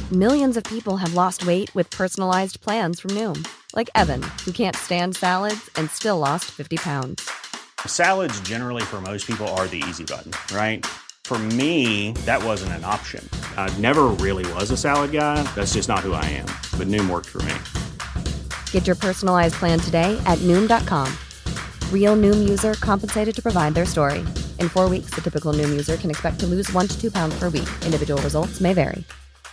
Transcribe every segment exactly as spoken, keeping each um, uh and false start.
Millions of people have lost weight with personalized plans from Noom. Like Evan, who can't stand salads and still lost fifty pounds. Salads generally for most people are the easy button, right? For me, that wasn't an option. I never really was a salad guy. That's just not who I am. But Noom worked for me. Get your personalized plan today at Noom dot com. Real Noom user compensated to provide their story. In four weeks, the typical Noom user can expect to lose one to two pounds per week. Individual results may vary.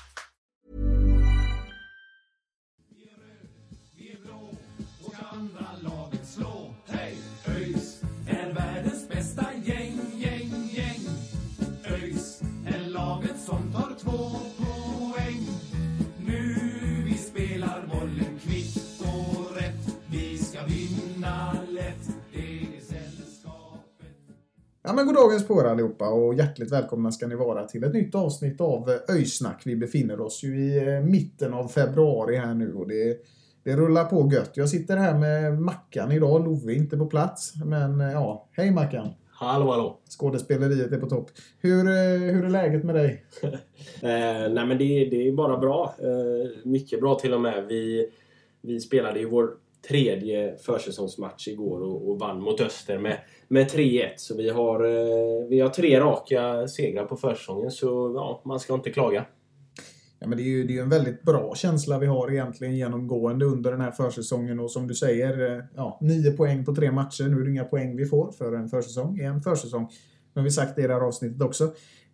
Ja, men god dagens på er allihopa och hjärtligt välkomna ska ni vara till ett nytt avsnitt av Öysnack. Vi befinner oss ju i mitten av februari här nu och det, det rullar på gött. Jag sitter här med Mackan idag, Love är inte på plats. Men ja, hej Mackan. Hallå, hallå. Skådespeleriet är på topp. Hur, hur är läget med dig? eh, nej men det, det är bara bra. Eh, mycket bra till och med. Vi, vi spelade ju vår tredje försäsongsmatch igår och, och vann mot Öster med, med tre ett. Så vi har, eh, vi har tre raka segrar på försäsongen. Så ja, man ska inte klaga. Ja, men det är ju det är en väldigt bra känsla vi har egentligen genomgående under den här försäsongen. Och som du säger, ja, nio poäng på tre matcher. Nu är det inga poäng vi får för en försäsong. En försäsong. Nu har vi sagt det i det här avsnittet också.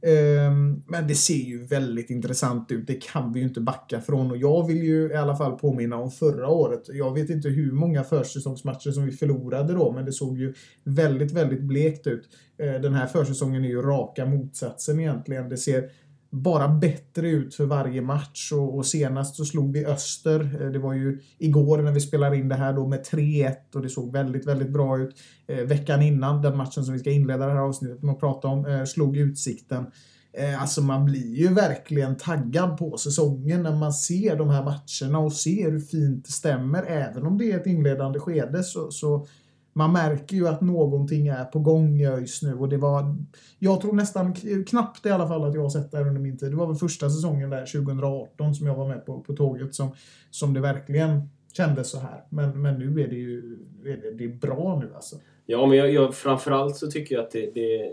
Men det ser ju väldigt intressant ut. Det kan vi ju inte backa från. Och jag vill ju i alla fall påminna om förra året. Jag vet inte hur många försäsongsmatcher som vi förlorade då. Men det såg ju väldigt, väldigt blekt ut. Den här försäsongen är ju raka motsatsen egentligen. Det ser bara bättre ut för varje match. Och, och senast så slog vi Öster. Det var ju igår när vi spelade in det här då med tre ett. Och det såg väldigt, väldigt bra ut. Eh, veckan innan, den matchen som vi ska inleda det här avsnittet med att prata om, eh, slog Utsikten. Eh, alltså man blir ju verkligen taggad på säsongen när man ser de här matcherna och ser hur fint det stämmer. Även om det är ett inledande skede så... så man märker ju att någonting är på gång just nu. Och det var, jag tror nästan knappt i alla fall att jag har sett det här under min tid. Det var väl första säsongen där tjugo arton som jag var med på, på tåget som, som det verkligen kändes så här. Men, men nu är det ju är det, det är bra nu alltså. Ja, men jag, jag, framförallt så tycker jag att det, det,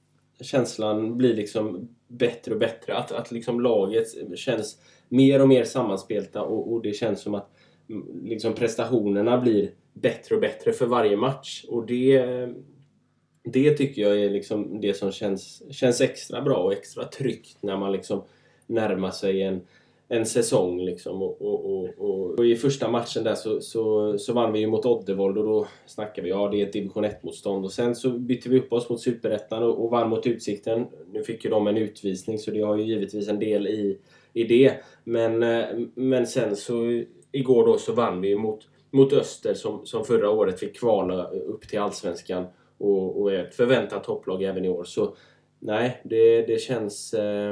känslan blir liksom bättre och bättre. Att, att liksom laget känns mer och mer sammanspelta och, och det känns som att liksom prestationerna blir bättre och bättre för varje match. Och det, det tycker jag är liksom det som känns, känns extra bra och extra tryggt när man liksom närmar sig en, en säsong. Liksom. Och, och, och, och, och i första matchen där så, så, så vann vi ju mot Oddevold och då snackade vi, ja det är ett division ett-motstånd. Och sen så bytte vi upp oss mot Superettan och, och vann mot Utsikten. Nu fick ju de en utvisning så det har ju givetvis en del i, i det. Men, men sen så igår då så vann vi mot mot Öster som, som förra året fick kvala upp till Allsvenskan och, och är ett förväntat topplag även i år. Så nej, det, det känns, eh,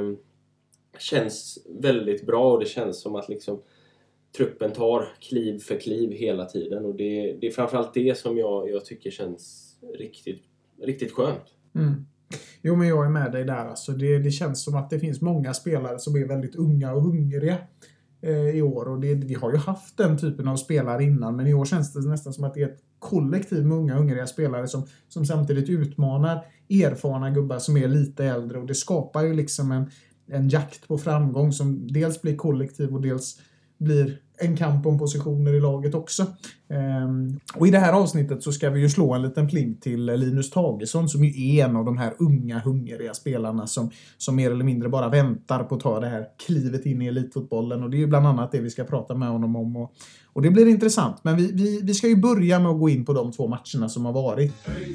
känns väldigt bra och det känns som att liksom, truppen tar kliv för kliv hela tiden. Och det, det är framförallt det som jag, jag tycker känns riktigt, riktigt skönt. Mm. Jo, men jag är med dig där. Alltså, det, det känns som att det finns många spelare som är väldigt unga och hungriga i år och det, vi har ju haft den typen av spelare innan men i år känns det nästan som att det är ett kollektiv med unga hungriga spelare som, som samtidigt utmanar erfarna gubbar som är lite äldre och det skapar ju liksom en, en jakt på framgång som dels blir kollektiv och dels blir en kamp om positioner i laget också. Ehm, och i det här avsnittet så ska vi ju slå en liten pling till Linus Tagesson som ju är en av de här unga hungriga spelarna som, som mer eller mindre bara väntar på att ta det här klivet in i elitfotbollen och det är ju bland annat det vi ska prata med honom om och, och det blir intressant men vi, vi, vi ska ju börja med att gå in på de två matcherna som har varit.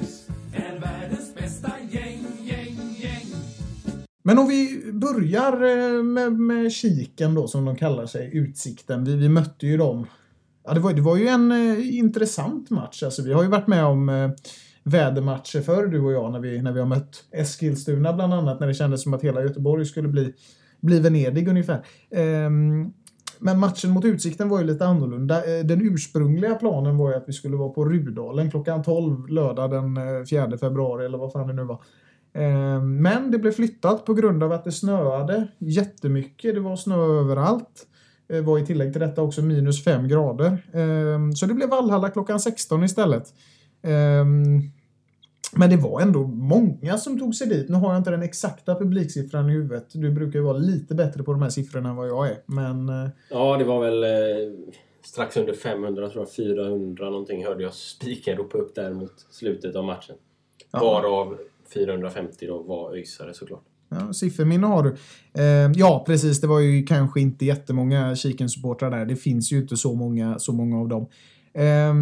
Är världens bästa gäng, gäng, gäng. Men om vi börjar med, med Kiken då som de kallar sig, Utsikten. Vi, vi mötte ju dem. Ja, det var, det var ju en eh, intressant match. Alltså, vi har ju varit med om eh, vädermatcher förr du och jag när vi, när vi har mött Eskilstuna bland annat. När det kändes som att hela Göteborg skulle bli, bli Venedig ungefär. Ehm, men matchen mot Utsikten var ju lite annorlunda. Den ursprungliga planen var ju att vi skulle vara på Rudalen klockan tolv lördag den fjärde februari eller vad fan det nu var. Men det blev flyttat på grund av att det snöade jättemycket. Det var snö överallt. Det var i tillägg till detta också minus fem grader. Så det blev Valhalla klockan sexton istället. Men det var ändå många som tog sig dit. Nu har jag inte den exakta publiksiffran i huvudet. Du brukar ju vara lite bättre på de här siffrorna än vad jag är. Men... Ja, det var väl eh, strax under femhundra, tror jag, fyrahundra någonting hörde jag spiken ropa upp där mot slutet av matchen. Ja. Varav fyrahundrafemtio då var öjsare såklart. Ja, sifferminne har du. Eh, ja, precis. Det var ju kanske inte jättemånga Kiken-supportrar där. Det finns ju inte så många, så många av dem. Eh,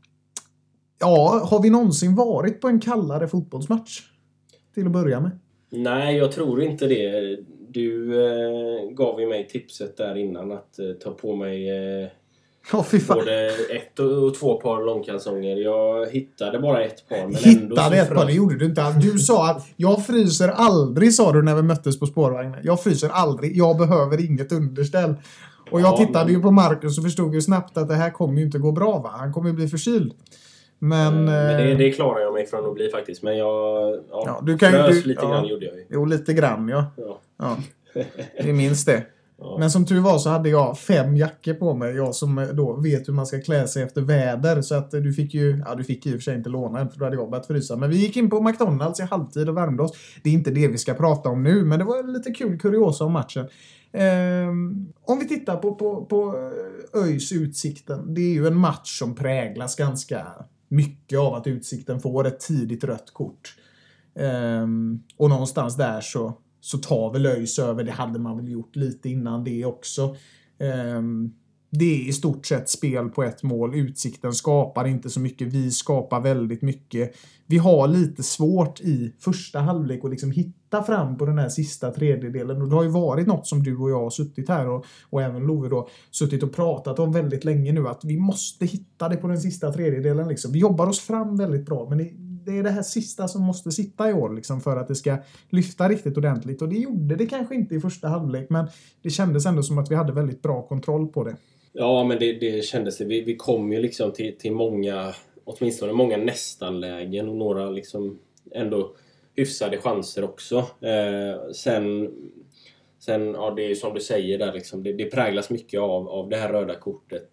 ja, har vi någonsin varit på en kallare fotbollsmatch? Till att börja med. Nej, jag tror inte det. Du eh, gav ju mig tipset där innan att eh, ta på mig... Eh... Ja, fy fan. Både ett och två par långkalsonger. Jag hittade bara ett par. Men hittade ändå ett par, det gjorde du inte. Du sa att jag fryser aldrig, sa du när vi möttes på spårvagnen. Jag fryser aldrig, jag behöver inget underställ. Och jag ja, tittade men... ju på Marcus och förstod ju snabbt att det här kommer ju inte gå bra, va? Han kommer ju bli förkyld. Men, mm, men det, det klarar jag mig från att bli faktiskt. Men jag ja, ja, du kan frös du, lite ja, grann gjorde jag ju. Jo, lite grann, ja. Ja. ja. Det minns det. Ja. Men som tur var så hade jag fem jackor på mig. Jag som då vet hur man ska klä sig efter väder. Så att du fick ju, ja du fick ju i och för sig inte låna en för då hade jag börjat frysa. Men vi gick in på McDonalds i halvtid och värmde oss. Det är inte det vi ska prata om nu, men det var lite kul kuriosa om matchen. Um, om vi tittar på, på, på ÖIS Utsikten. Det är ju en match som präglas ganska mycket av att Utsikten får ett tidigt rött kort. Um, och någonstans där så så tar väl ÖIS över. Det hade man väl gjort lite innan det också. Um, det är i stort sett spel på ett mål. Utsikten skapar inte så mycket. Vi skapar väldigt mycket. Vi har lite svårt i första halvlek att liksom hitta fram på den här sista tredjedelen. Och det har ju varit något som du och jag har suttit här och, och även Love då suttit och pratat om väldigt länge nu. Att vi måste hitta det på den sista tredjedelen. Liksom. Vi jobbar oss fram väldigt bra. Men det, det är det här sista som måste sitta i år liksom, för att det ska lyfta riktigt ordentligt. Och det gjorde det kanske inte i första halvlek. Men det kändes ändå som att vi hade väldigt bra kontroll på det. Ja, men det, det kändes det. Vi, vi kom ju liksom till, till många, åtminstone många nästanlägen och några liksom ändå hyfsade chanser också. Eh, sen, sen, ja det är ju som du säger där liksom, det, det präglas mycket av, av det här röda kortet.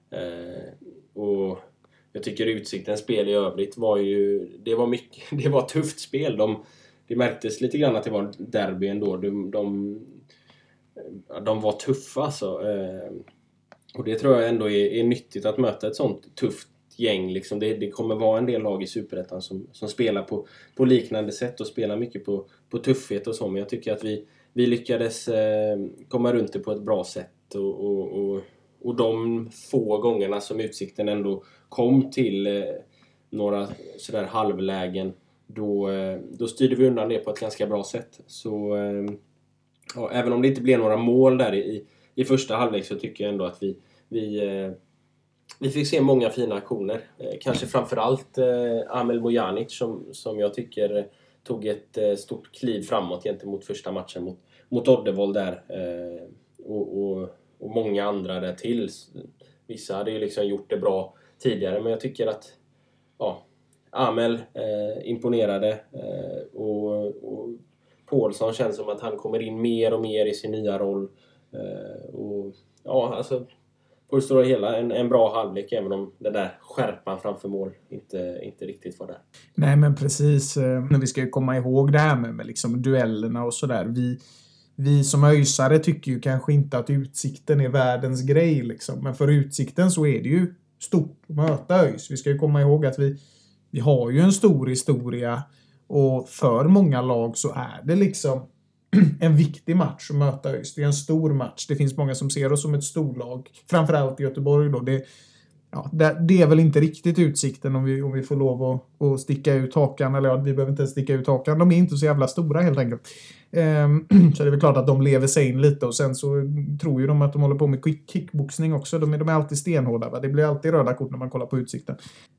Eh, och jag tycker Utsiktens spel i övrigt var ju, det var mycket, det var tufft spel. De, det märktes lite grann att det var derby ändå. De, de, de var tuffa alltså. Eh, Och det tror jag ändå är, är nyttigt att möta ett sånt tufft gäng. Liksom. Det, det kommer vara en del lag i Superettan som, som spelar på, på liknande sätt och spelar mycket på, på tuffhet och så. Men jag tycker att vi, vi lyckades eh, komma runt det på ett bra sätt. Och, och, och, och de få gångerna som Utsikten ändå kom till eh, några sådär halvlägen, då, eh, då styrde vi undan det på ett ganska bra sätt. Så eh, ja, även om det inte blev några mål där i I första halvlek så tycker jag ändå att vi, vi, eh, vi fick se många fina aktioner. Eh, kanske framförallt eh, Amel Bojanic som, som jag tycker eh, tog ett eh, stort kliv framåt gentemot första matchen mot, mot Oddevold där. Eh, och, och, och många andra där till. Vissa hade ju liksom gjort det bra tidigare, men jag tycker att ja, Amel eh, imponerade eh, och, och Paulsson känns som att han kommer in mer och mer i sin nya roll. Uh, och ja, alltså på det stora hela en, en bra halvlek, även om den där skärpan framför mål inte, inte riktigt var där. Nej, men precis. Uh, vi ska ju komma ihåg det här med, med liksom duellerna och sådär. Vi, vi som öjsare tycker ju kanske inte att Utsikten är världens grej liksom. Men för Utsikten så är det ju stort att möta ÖIS. Vi ska ju komma ihåg att vi, vi har ju en stor historia, och för många lag så är det liksom en viktig match att möta ÖIS. Det är en stor match. Det finns många som ser oss som ett storlag. Framförallt i Göteborg då. Det, ja, det, det är väl inte riktigt Utsikten om vi, om vi får lov att, att sticka ut hakan. Eller ja, vi behöver inte sticka ut hakan. De är inte så jävla stora helt enkelt. Um, så det är väl klart att de lever sig in lite. Och sen så tror ju de att de håller på med kick- kickboxning också. De är, de är alltid stenhårda. Va? Det blir alltid röda kort när man kollar på Utsikten.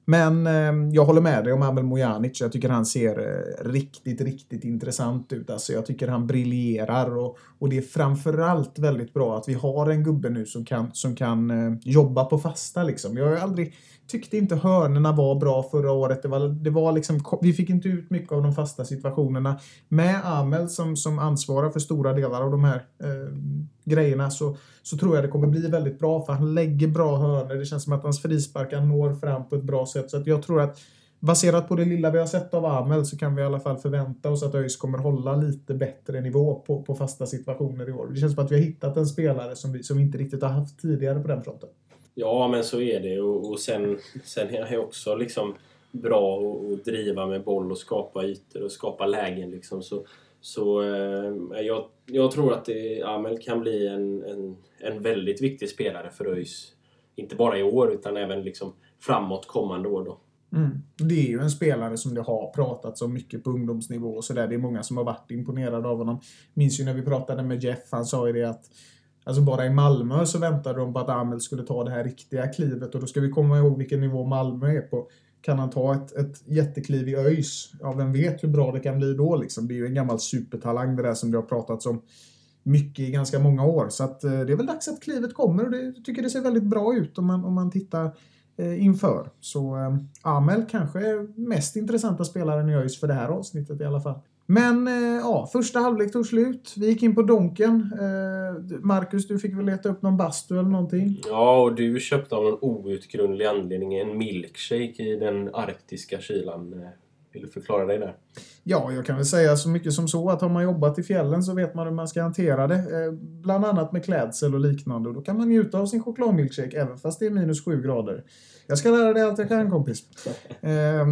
Men eh, jag håller med dig om Amel Mojanic. Jag tycker han ser eh, riktigt, riktigt intressant ut. Alltså, jag tycker han briljerar. Och, och det är framförallt väldigt bra att vi har en gubbe nu som kan, som kan eh, jobba på fasta. Liksom. Jag har aldrig tyckte inte hörnerna var bra förra året. Det var, det var liksom, vi fick inte ut mycket av de fasta situationerna. Med Amel som, som ansvarar för stora delar av de här eh, grejerna så, så tror jag det kommer bli väldigt bra. För han lägger bra hörner. Det känns som att hans frisparkar når fram på ett bra sätt. Så att jag tror att baserat på det lilla vi har sett av Amel så kan vi i alla fall förvänta oss att ÖIS kommer hålla lite bättre nivå på, på fasta situationer i år. Det känns som att vi har hittat en spelare som vi, som vi inte riktigt har haft tidigare på den fronten. Ja, men så är det. Och, och sen, sen är det också liksom bra att driva med boll och skapa ytor och skapa lägen. Liksom. Så, så eh, jag, jag tror att det, Amel kan bli en, en, en väldigt viktig spelare för ÖIS. Inte bara i år utan även liksom framåt kommande år då. Mm. Det är ju en spelare som det har pratat så mycket på ungdomsnivå och sådär. Det är många som har varit imponerade av honom. Minns ju när vi pratade med Jeff, han sa ju det att alltså bara i Malmö så väntade de på att Amel skulle ta det här riktiga klivet. Och då ska vi komma ihåg vilken nivå Malmö är på. Kan han ta ett, ett jättekliv i ÖIS? Ja, vem vet hur bra det kan bli då liksom. Det är ju en gammal supertalang det där som det har pratats om mycket i ganska många år. Så att, eh, det är väl dags att klivet kommer och det, jag tycker det ser väldigt bra ut om man, om man tittar eh, inför. Så eh, Amel kanske är mest intressanta spelaren i ÖIS för det här avsnittet i alla fall. Men eh, ja, första halvlek tog slut. Vi gick in på Donken. Eh, Marcus, du fick väl leta upp någon bastu eller någonting? Ja, och du köpte av någon outgrundlig anledning en milkshake i den arktiska kylan. Vill du förklara dig där? Ja, jag kan väl säga så mycket som så att har man jobbat i fjällen så vet man hur man ska hantera det. Eh, bland annat med klädsel och liknande. Och då kan man njuta av sin chokladmilkshake även fast det är minus sju grader. Jag ska lära dig allt jag kan, kompis. Eh,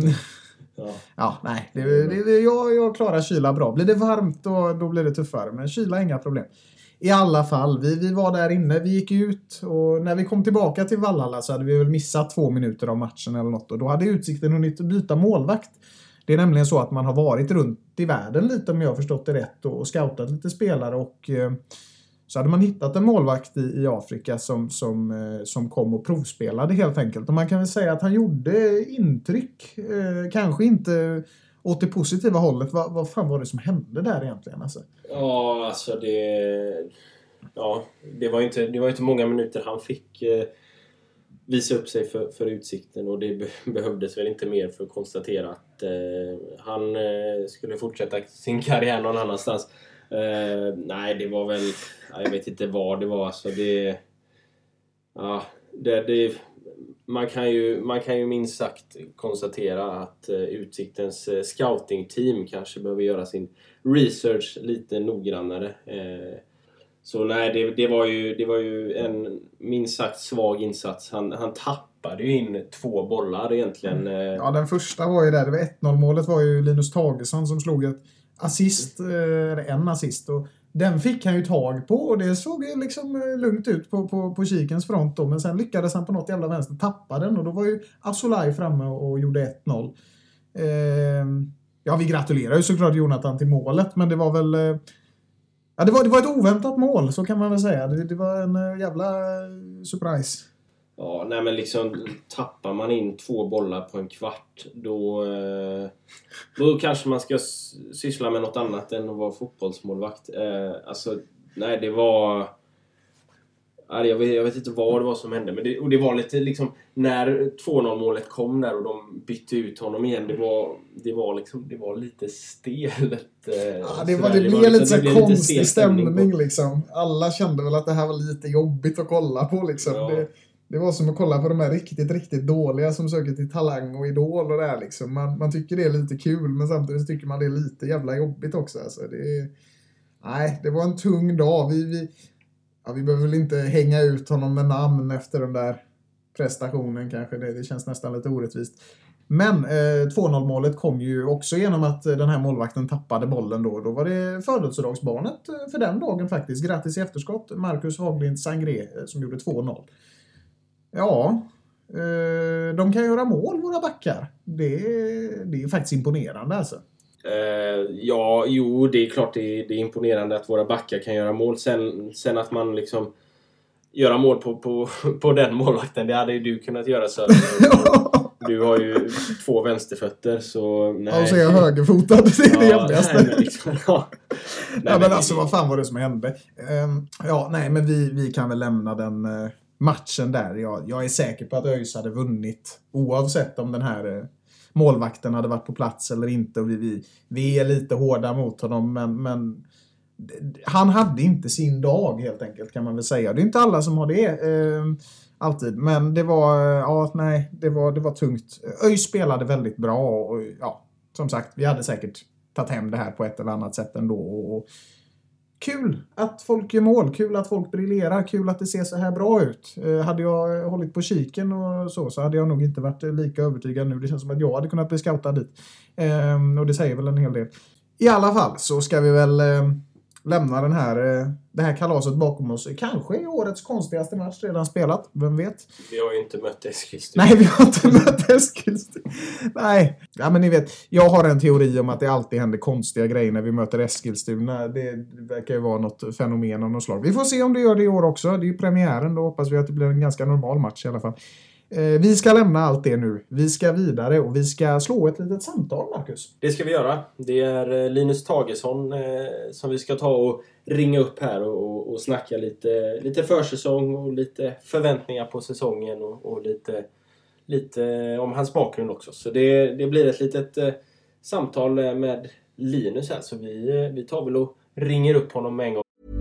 Ja, ja nej. Det, det, jag, jag klarar kyla bra. Blir det varmt då, då blir det tuffare. Men kyla är inga problem. I alla fall, vi, vi var där inne. Vi gick ut och när vi kom tillbaka till Valhalla så hade vi väl missat två minuter av matchen eller något. Och då hade Utsikten hunnit byta målvakt. Det är nämligen så att man har varit runt i världen lite om jag har förstått det rätt. Och scoutat lite spelare och... Så hade man hittat en målvakt i, i Afrika som, som, eh, som kom och provspelade helt enkelt. Och man kan väl säga att han gjorde intryck. Eh, kanske inte åt det positiva hållet. Va, vad fan var det som hände där egentligen? Alltså? Ja, alltså det... Ja, det var ju inte, det var inte många minuter han fick eh, visa upp sig för, för Utsikten. Och det be, behövdes väl inte mer för att konstatera att eh, han eh, skulle fortsätta sin karriär någon annanstans. Uh, nej, det var väl... Jag vet inte vad det var. Alltså det, ja, det, det, man, kan ju, man kan ju minst sagt konstatera att uh, Utsiktens uh, scouting-team kanske behöver göra sin research lite noggrannare. Uh, så nej, det, det, var ju, det var ju en minst sagt svag insats. Han, han tappade ju in två bollar egentligen. Uh, ja, den första var ju där. Det var ett noll målet var ju Linus Tagesson som slog ett assist, eller en assist, och den fick han ju tag på och det såg ju liksom lugnt ut på, på, på kikens front då, men sen lyckades han på något jävla vänster tappa den och då var ju Asolaj framme och, och gjorde ett noll. Eh, ja, vi gratulerar ju såklart Jonathan till målet, men det var väl eh, ja, det var, det var ett oväntat mål, så kan man väl säga. Det, det var en jävla surprise. Ja, nej men liksom tappar man in två bollar på en kvart då, eh, då kanske man ska s- syssla med något annat än att vara fotbollsmålvakt. Eh, alltså, nej det var... Jag vet, jag vet inte vad det var som hände, men det, och det var lite liksom när två noll målet kom där och de bytte ut honom igen, det var, det var liksom, det var lite stelt. Eh, ja, det, var, det, det blev lite så blev konstig lite stämning, stämning liksom. Alla kände väl att det här var lite jobbigt att kolla på liksom. Ja. Det, det var som att kolla på de här riktigt, riktigt dåliga som söker till talang och idol och det här liksom. Man, man tycker det är lite kul, men samtidigt tycker man det är lite jävla jobbigt också. Alltså, det, nej, det var en tung dag. Vi... vi Ja, vi behöver väl inte hänga ut honom med namn efter den där prestationen kanske. Det, det känns nästan lite orättvist. Men eh, två noll målet kom ju också genom att den här målvakten tappade bollen då. Då var det födelsedagsbarnet för den dagen faktiskt. Grattis i efterskott. Marcus Haglind Sangré som gjorde två noll. Ja, eh, de kan göra mål, våra backar. Det, det är faktiskt imponerande alltså. Uh, ja, jo, det är klart det är, det är imponerande att våra backar kan göra mål. Sen, sen att man liksom göra mål på, på, på den målvakten, det hade ju du kunnat göra så. Du har ju två vänsterfötter, så nej. Ja, och så är jag högerfotad. Det är det ja, jävligaste. nej, men liksom, ja. Nej, ja, men men alltså det, vad fan var det som hände? Um, ja, nej, men vi, vi kan väl lämna den uh, matchen där. Jag, jag är säker på att ÖIS hade vunnit oavsett om den här uh, målvakten hade varit på plats eller inte. Och vi, vi, vi är lite hårda mot honom, men, men han hade inte sin dag helt enkelt, kan man väl säga. Det är inte alla som har det uh, alltid, men det var, uh, ja, nej, det var, det var tungt. ÖIS spelade väldigt bra och ja, som sagt, vi hade säkert tagit hem det här på ett eller annat sätt ändå. Och, och kul att folk gör mål, kul att folk briljerar, kul att det ser så här bra ut. Eh, hade jag hållit på kiken och så, så hade jag nog inte varit lika övertygad nu. Det känns som att jag hade kunnat bli scoutad dit. Eh, och det säger väl en hel del. I alla fall så ska vi väl eh, lämna den här, eh, det här kalaset bakom oss. Kanske i årets konstigaste match redan spelat, vem vet? Vi har ju inte mött Eskilstuna. Nej, vi har inte mött Eskilstuna. Nej, ja, men ni vet, jag har en teori om att det alltid händer konstiga grejer när vi möter Eskilstuna. Det verkar ju vara något fenomen av något slag. Vi får se om det gör det i år också. Det är ju premiären, då hoppas vi att det blir en ganska normal match i alla fall. Eh, vi ska lämna allt det nu. Vi ska vidare och vi ska slå ett litet samtal, Marcus. Det ska vi göra. Det är Linus Tagesson eh, som vi ska ta och ringa upp här och, och, och snacka lite, lite försäsong och lite förväntningar på säsongen och, och lite, lite om hans bakgrund också. Så det, det blir ett litet eh, samtal med Linus här, så vi, vi tar väl och ringer upp honom en gång.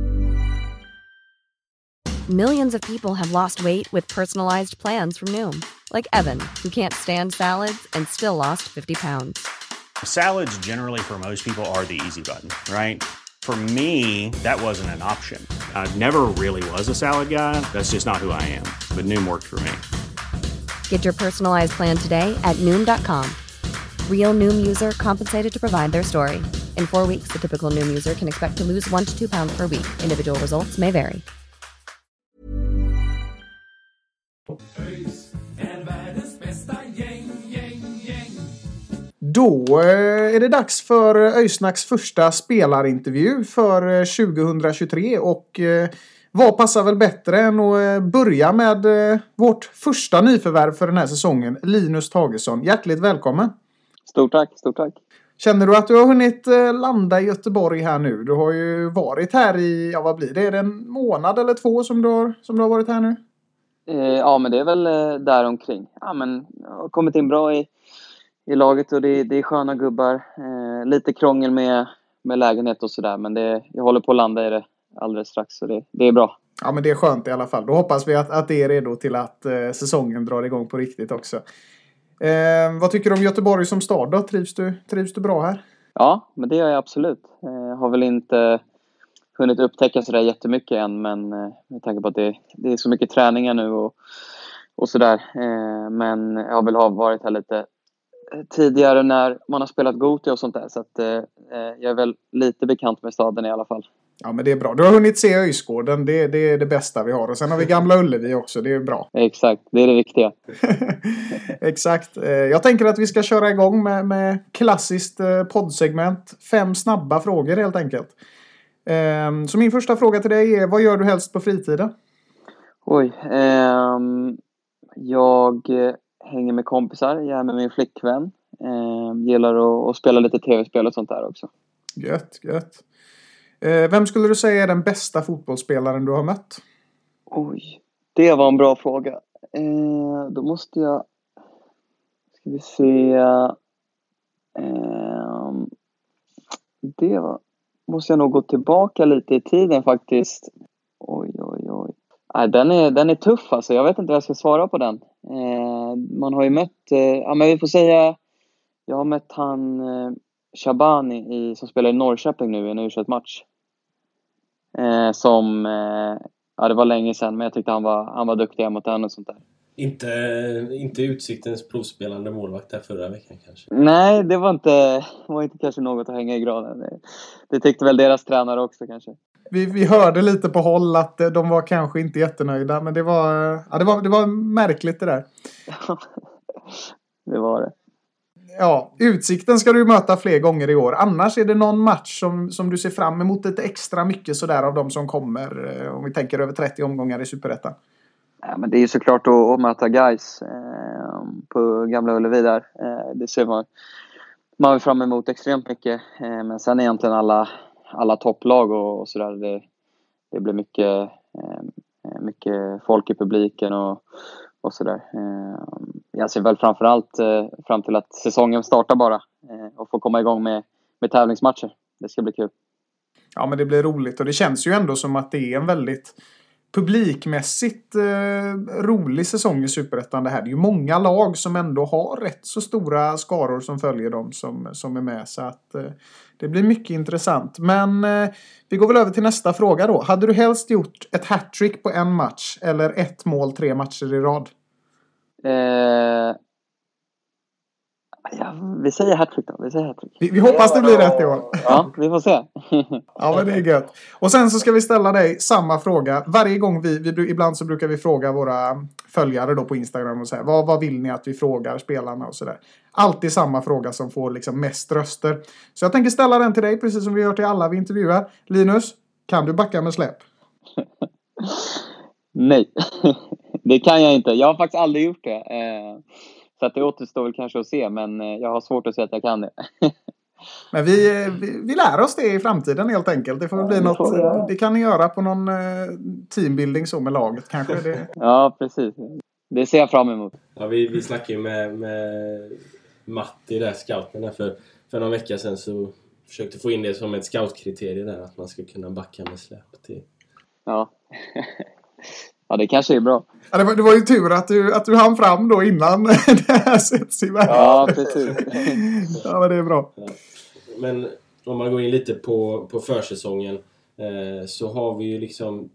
Millions of people have lost weight with personalized plans from Noom. Like Evan, who can't stand salads and still lost fifty pounds. Salads generally for most people are the easy button, right? For me, that wasn't an option. I never really was a salad guy. That's just not who I am. But Noom worked for me. Get your personalized plan today at Noom dot com. Real Noom user compensated to provide their story. In four weeks, the typical Noom user can expect to lose one to two pounds per week. Individual results may vary. ÖIS är världens bästa gäng, gäng, gäng. Då är det dags för ÖISnacks första spelarintervju för tjugohundratjugotre och vad passar väl bättre än att börja med vårt första nyförvärv för den här säsongen, Linus Tagesson. Hjärtligt välkommen! Stort tack, stort tack! Känner du att du har hunnit landa i Göteborg här nu? Du har ju varit här i, ja vad blir det, är det en månad eller två som du har, som du har varit här nu? Ja, men det är väl där omkring. Ja, men jag har kommit in bra i, i laget och det, det är sköna gubbar. Eh, lite krångel med, med lägenhet och sådär, men det, jag håller på att landa i det alldeles strax, så det, det är bra. Ja, men det är skönt i alla fall. Då hoppas vi att, att det är redo till att eh, säsongen drar igång på riktigt också. Eh, vad tycker du om Göteborg som stad då? Trivs du, trivs du bra här? Ja, men det gör jag absolut. Jag eh, har väl inte hunnit upptäcka sådär jättemycket än, men eh, med tanke på att det, det är så mycket träningar nu och, och sådär. Eh, men jag har väl ha varit här lite tidigare när man har spelat Gothia och sånt där, så att eh, jag är väl lite bekant med staden i alla fall. Ja, men det är bra. Du har hunnit se ÖISgården, det, det är det bästa vi har. Och sen har vi Gamla Ullevi också, det är bra. Exakt, det är det viktiga. Exakt. Jag tänker att vi ska köra igång med, med klassiskt poddsegment. Fem snabba frågor helt enkelt. Så min första fråga till dig är, vad gör du helst på fritiden? Oj, eh, jag hänger med kompisar, jag är med min flickvän. Eh, gillar att, att spela lite tv-spel och sånt där också. Gött, gött. Eh, vem skulle du säga är den bästa fotbollsspelaren du har mött? Oj, det var en bra fråga. Eh, då måste jag... Ska vi se... Eh, det var... Måste jag nog gå tillbaka lite i tiden faktiskt. Oj, oj, oj. Nej, den är, den är tuff alltså. Jag vet inte vad jag ska svara på den. Eh, man har ju mött... Eh, ja, men vi får säga... Jag har mött han... Eh, Shabani i, som spelar i Norrköping nu i en U tjugoett-match. Eh, som... Eh, ja, det var länge sedan, men jag tyckte han var, han var duktig mot den och sånt där. Inte, inte Utsiktens provspelande målvakt där förra veckan kanske? Nej, det var inte, var inte kanske något att hänga i granen. Det, det tyckte väl deras tränare också kanske. Vi, vi hörde lite på håll att de var kanske inte jättenöjda, men det var, ja, det var, det var märkligt det där. Det var det. Ja, Utsikten ska du ju möta fler gånger i år. Annars är det någon match som, som du ser fram emot lite extra mycket sådär av de som kommer, eh, om vi tänker över trettio omgångar i Superettan. Ja, men det är ju såklart att, att möta guys. Eh, eh, på Gamla Ullevi där. Eh, det ser man, man är fram emot extremt mycket. Eh, men sen egentligen alla, alla topplag och, och sådär. Det, det blir mycket, eh, mycket folk i publiken och, och sådär. Eh, jag ser väl framförallt eh, fram till att säsongen startar bara. Eh, och får komma igång med, med tävlingsmatcher. Det ska bli kul. Ja, men det blir roligt. Och det känns ju ändå som att det är en väldigt publikmässigt eh, rolig säsong i Superettan det här. Det är ju många lag som ändå har rätt så stora skaror som följer dem som, som är med. Så att eh, det blir mycket intressant. Men eh, vi går väl över till nästa fråga då. Hade du helst gjort ett hattrick på en match eller ett mål tre matcher i rad? Eh... Ja, vi säger hattrick då. Vi, säger hattrick. Vi, vi hoppas det blir rätt i år. Ja, vi får se. Ja, men det är gött. Och sen så ska vi ställa dig samma fråga. Varje gång vi, vi ibland så brukar vi fråga våra följare då på Instagram och säga vad, vad vill ni att vi frågar spelarna och sådär. Alltid samma fråga som får liksom mest röster. Så jag tänker ställa den till dig precis som vi gör till alla vi intervjuar. Linus, kan du backa med släp? Nej, det kan jag inte. Jag har faktiskt aldrig gjort det. Eh... Så att det återstår väl kanske att se, men jag har svårt att säga att jag kan det. Men vi, vi, vi lär oss det i framtiden helt enkelt. Det får ja, bli något, får det kan ni göra på någon eh, teambuilding så med laget kanske. Det... Ja, precis. Det ser jag fram emot. Ja, vi, vi snackade ju med, med Matti där, scouten där, för, för någon vecka sedan så försökte få in det som ett scoutkriterie där, att man ska kunna backa med släp till. Ja. Ja, det kanske är bra. Ja, det, var, det var ju tur att du, att du hann fram då innan det här sätts i världen. Ja, precis. Ja, men det är bra. Ja. Men om man går in lite på, på försäsongen eh, så har vi ju liksom...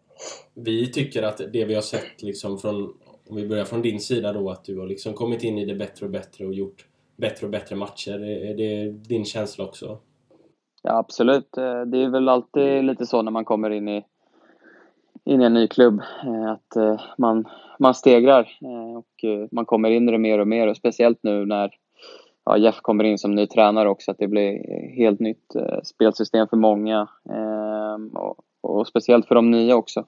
Vi tycker att det vi har sett liksom från... Om vi börjar från din sida då, att du har liksom kommit in i det bättre och bättre och gjort bättre och bättre matcher. Är det din känsla också? Ja, absolut. Det är väl alltid lite så när man kommer in i in i en ny klubb, att man, man stegrar och man kommer in i det mer och mer, och speciellt nu när ja, Jeff kommer in som ny tränare också, att det blir helt nytt spelsystem för många och, och speciellt för de nya också,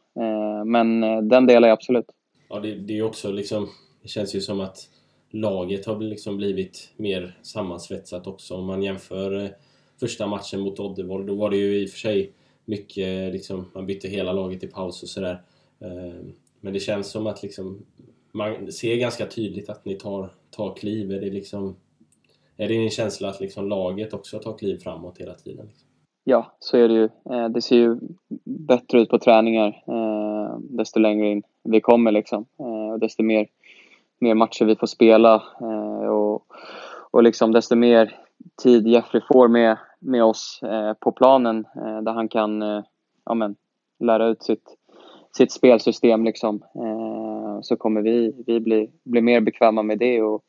men den delar jag absolut. Ja, det, det är också liksom, det känns ju som att laget har liksom blivit mer sammansvetsat också. Om man jämför första matchen mot Oddevold, då var det ju i och för sig mycket, liksom, man bytte hela laget i paus och sådär. Men det känns som att liksom, man ser ganska tydligt att ni tar, tar kliv. Är det, liksom, är det en känsla att liksom laget också tar kliv framåt hela tiden? Liksom? Ja, så är det ju. Det ser ju bättre ut på träningar desto längre in vi kommer. Liksom. Och desto mer, mer matcher vi får spela. Och, och liksom desto mer tid Jeffrey får med med oss eh, på planen eh, där han kan eh, ja, men, lära ut sitt, sitt spelsystem liksom. Eh, så kommer vi, vi bli, bli mer bekväma med det och,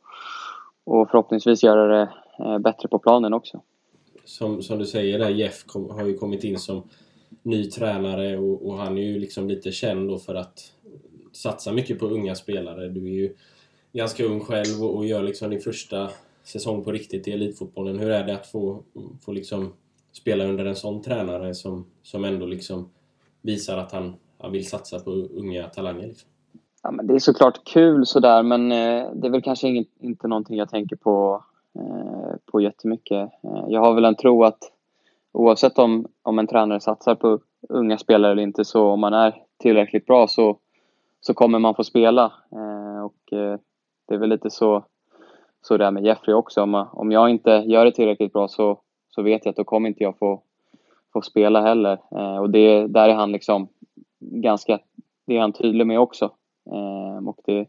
och förhoppningsvis göra det eh, bättre på planen också. Som, som du säger där, Jeff kom, har ju kommit in som ny tränare och, och han är ju liksom lite känd då för att satsa mycket på unga spelare. Du är ju ganska ung själv och, och gör liksom din första säsong på riktigt i elitfotbollen. Hur är det att få, få liksom spela under en sån tränare som, som ändå liksom visar att han, han vill satsa på unga talanger? Liksom? Ja, men det är såklart kul sådär, men eh, det är väl kanske inget, inte någonting jag tänker på, eh, på jättemycket. Eh, jag har väl en tro att oavsett om, om en tränare satsar på unga spelare eller inte, så om man är tillräckligt bra så, så kommer man få spela. Eh, och eh, det är väl lite så Så det är med Jeffrey också. Om, om jag inte gör det tillräckligt bra så, så vet jag att då kommer inte jag få, få spela heller. Eh, och det, där är han liksom ganska, det är han tydlig med också. Eh, och det,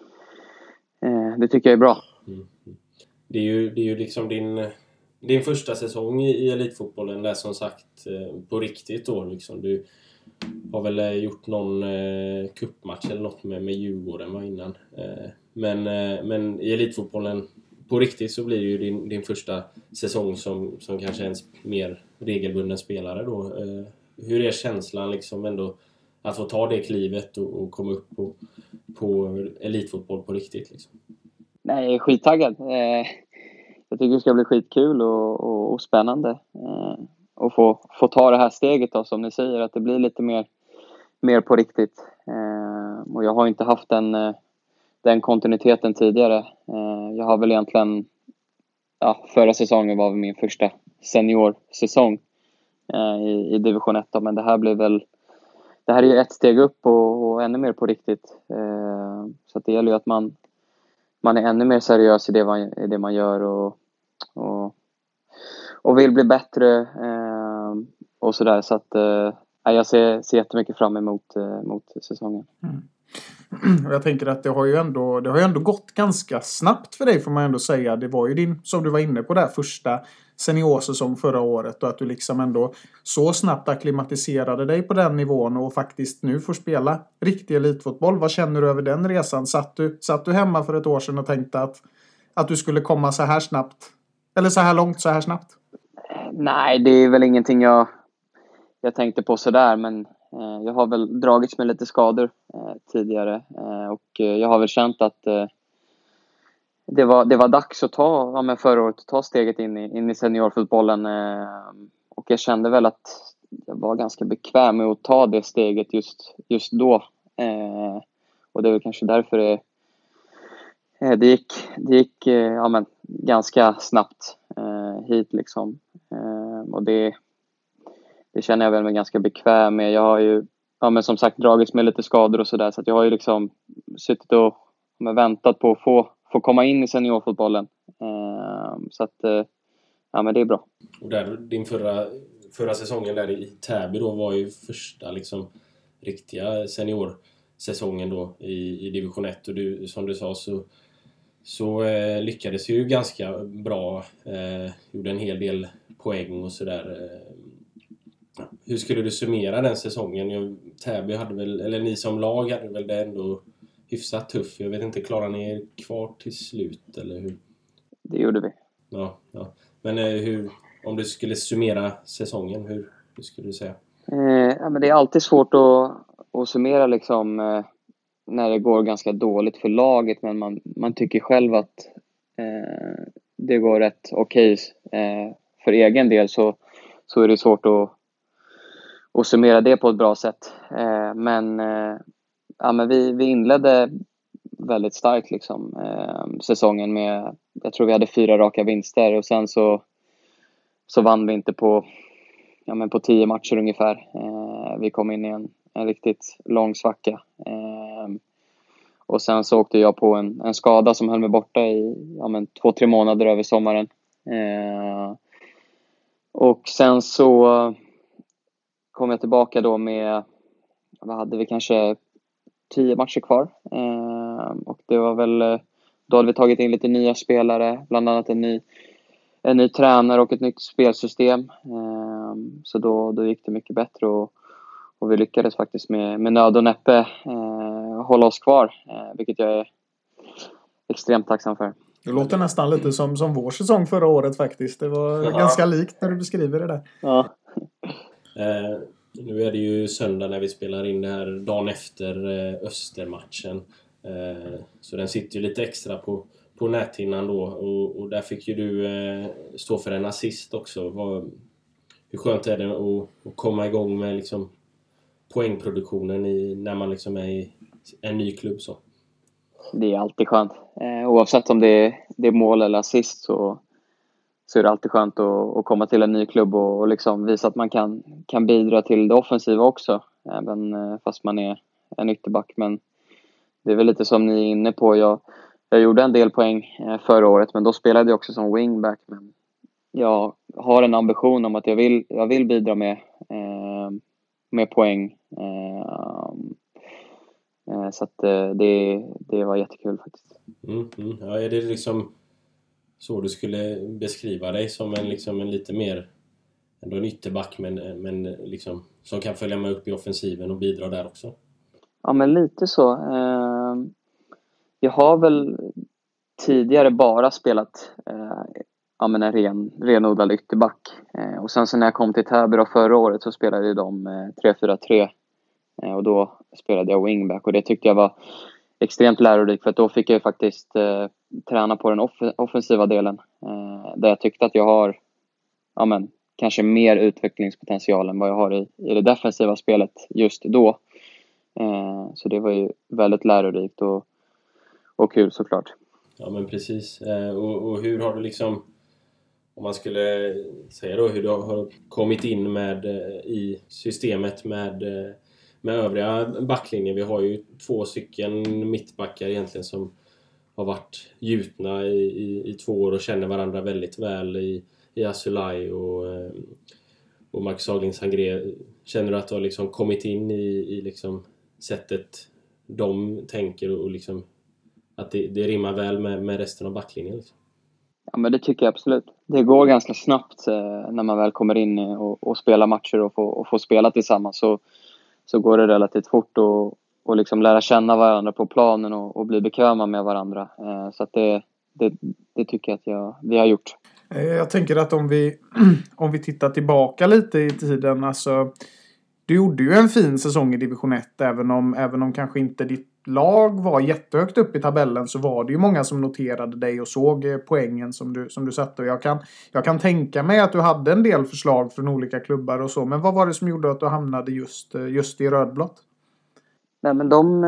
eh, det tycker jag är bra. Mm. Det är ju, det är ju liksom din, din första säsong i, i elitfotbollen där, som sagt, eh, på riktigt då. Liksom. Du har väl gjort någon eh, cupmatch eller något med, med Djurgården var innan. Eh, Men, men i elitfotbollen på riktigt så blir det ju din, din första säsong som, som kanske en mer regelbunden spelare då. Hur är känslan liksom ändå att få ta det klivet och, och komma upp på, på elitfotboll på riktigt? Liksom? Nej, jag är skittaggad. Jag tycker det ska bli skitkul och, och, och spännande. Och få, få ta det här steget då, som ni säger, att det blir lite mer, mer på riktigt. Och jag har inte haft en den kontinuiteten tidigare. Eh, jag har väl egentligen, ja, förra säsongen var min första seniorsäsong eh, i, i division ett då, men det här blir väl, det här är ju ett steg upp och, och ännu mer på riktigt. Eh, så att det gäller ju att man man är ännu mer seriös i det man, i det man gör och, och, och vill bli bättre eh, och sådär. Så att eh, jag ser, ser jättemycket fram emot eh, mot säsongen. Mm. Och jag tänker att det har ju ändå, det har ju ändå gått ganska snabbt för dig, får man ändå säga. Det var ju din, som du var inne på där, första seniorsäsong förra året, och att du liksom ändå så snabbt akklimatiserade dig på den nivån och faktiskt nu får spela riktig elitfotboll. Vad känner du över den resan? Satt du, satt du hemma för ett år sedan och tänkte att, att du skulle komma så här snabbt? Eller så här långt, så här snabbt? Nej, det är väl ingenting jag, jag tänkte på sådär, men eh, jag har väl dragits med lite skador eh, tidigare eh, och eh, jag har väl känt att eh, det, var, det var dags att ta, ja, men förra året, att ta steget in i, in i seniorfotbollen eh, och jag kände väl att jag var ganska bekväm med att ta det steget just, just då eh, och det är väl kanske därför det, eh, det gick, det gick eh, ja, men, ganska snabbt eh, hit liksom eh, och det Det känner jag väl mig ganska bekväm med. Jag har ju, ja, men som sagt, dragits med lite skador och sådär. Så att jag har ju liksom suttit och ja, väntat på att få, få komma in i seniorfotbollen. Eh, så att, eh, ja, men det är bra. Och där, din förra, förra säsongen där i Täby då var ju första liksom riktiga seniorsäsongen då i, i division ett. Och du, som du sa så, så eh, lyckades ju ganska bra. Eh, gjorde en hel del poäng och sådär. Eh, Hur skulle du summera den säsongen? Täby hade väl, eller ni som lag hade väl det ändå hyfsat tuff. Jag vet inte, klarar ni er kvar till slut eller hur? Det gjorde vi. Ja, ja. Men hur, om du skulle summera säsongen, hur, hur skulle du säga? Eh, ja, men det är alltid svårt att, att summera liksom, eh, när det går ganska dåligt för laget. Men man, man tycker själv att eh, det går rätt okej. Eh, för egen del så, så är det svårt att och summera det på ett bra sätt. Eh, men eh, ja, men vi, vi inledde väldigt starkt liksom, eh, säsongen med, jag tror vi hade fyra raka vinster och sen så, så vann vi inte på, ja, men på tio matcher ungefär. Eh, vi kom in i en, en riktigt lång svacka. Eh, och sen så åkte jag på en, en skada som höll mig borta i ja, men två, tre månader över sommaren. Eh, och sen så kom jag tillbaka då med, vad hade vi, kanske tio matcher kvar. Eh, och det var väl, då hade vi tagit in lite nya spelare, bland annat en ny, en ny tränare och ett nytt spelsystem. Eh, så då, då gick det mycket bättre och, och vi lyckades faktiskt med, med nöd och näppe eh, hålla oss kvar, eh, vilket jag är extremt tacksam för. Det låter nästan lite som, som vår säsong förra året faktiskt. Det var ja. ganska likt när du beskriver det där. Ja. Eh, nu är det ju söndag när vi spelar in det här dagen efter eh, Östermatchen. Eh, så den sitter ju lite extra på, på näthinnan då. Och, och där fick ju du eh, stå för en assist också. Vad, hur skönt är det att, att komma igång med liksom poängproduktionen i, när man liksom är i en ny klubb så? Det är alltid skönt. Eh, oavsett om det är, det är mål eller assist så så är det alltid skönt att, att komma till en ny klubb och, och liksom visa att man kan, kan bidra till det offensiva också. Även fast man är en ytterback. Men det är väl lite som ni är inne på. Jag, jag gjorde en del poäng förra året, men då spelade jag också som wingback. Men jag har en ambition om att jag vill, jag vill bidra med, eh, med poäng. Eh, eh, så att det, det var jättekul faktiskt. Mm, mm. Ja, är det liksom så du skulle beskriva dig som en, liksom en lite mer ändå en ytterback men, men liksom, som kan följa med upp i offensiven och bidra där också? Ja, men lite så. Jag har väl tidigare bara spelat ja, men en ren, renodlad ytterback. Och sen så när jag kom till Täby förra året så spelade de tre fyra tre. Och då spelade jag wingback och det tyckte jag var extremt lärorikt för att då fick jag ju faktiskt eh, träna på den off- offensiva delen. Eh, där jag tyckte att jag har ja, men, kanske mer utvecklingspotential än vad jag har i, i det defensiva spelet just då. Eh, så det var ju väldigt lärorikt. Och, och kul såklart. Ja, men precis. Eh, och, och hur har du liksom, om man skulle säga då, hur du har kommit in med eh, i systemet med, eh, med övriga backlinjer. Vi har ju två stycken mittbackar egentligen som har varit gjutna i, i, i två år och känner varandra väldigt väl i, i Asulaj och, eh, och Marcus Haglind-Sangré. Känner du att du har liksom kommit in i, i liksom sättet de tänker och, och liksom att det, det rimmar väl med, med resten av backlinjen? Liksom? Ja, men det tycker jag absolut. Det går ganska snabbt eh, när man väl kommer in och, och spelar matcher och får, och får spela tillsammans. Så, så går det relativt fort och, och liksom lära känna varandra på planen och, och bli bekväma med varandra. Eh, så att det, det, det tycker jag att jag, vi har gjort. Jag tänker att om vi, om vi tittar tillbaka lite i tiden, alltså du gjorde ju en fin säsong i division ett, även om, även om kanske inte ditt lag var jättehögt upp i tabellen, så var det ju många som noterade dig och såg poängen som du, som du satte. Och jag kan, jag kan tänka mig att du hade en del förslag från olika klubbar och så, men vad var det som gjorde att du hamnade just, just i rödblått? Nej, men de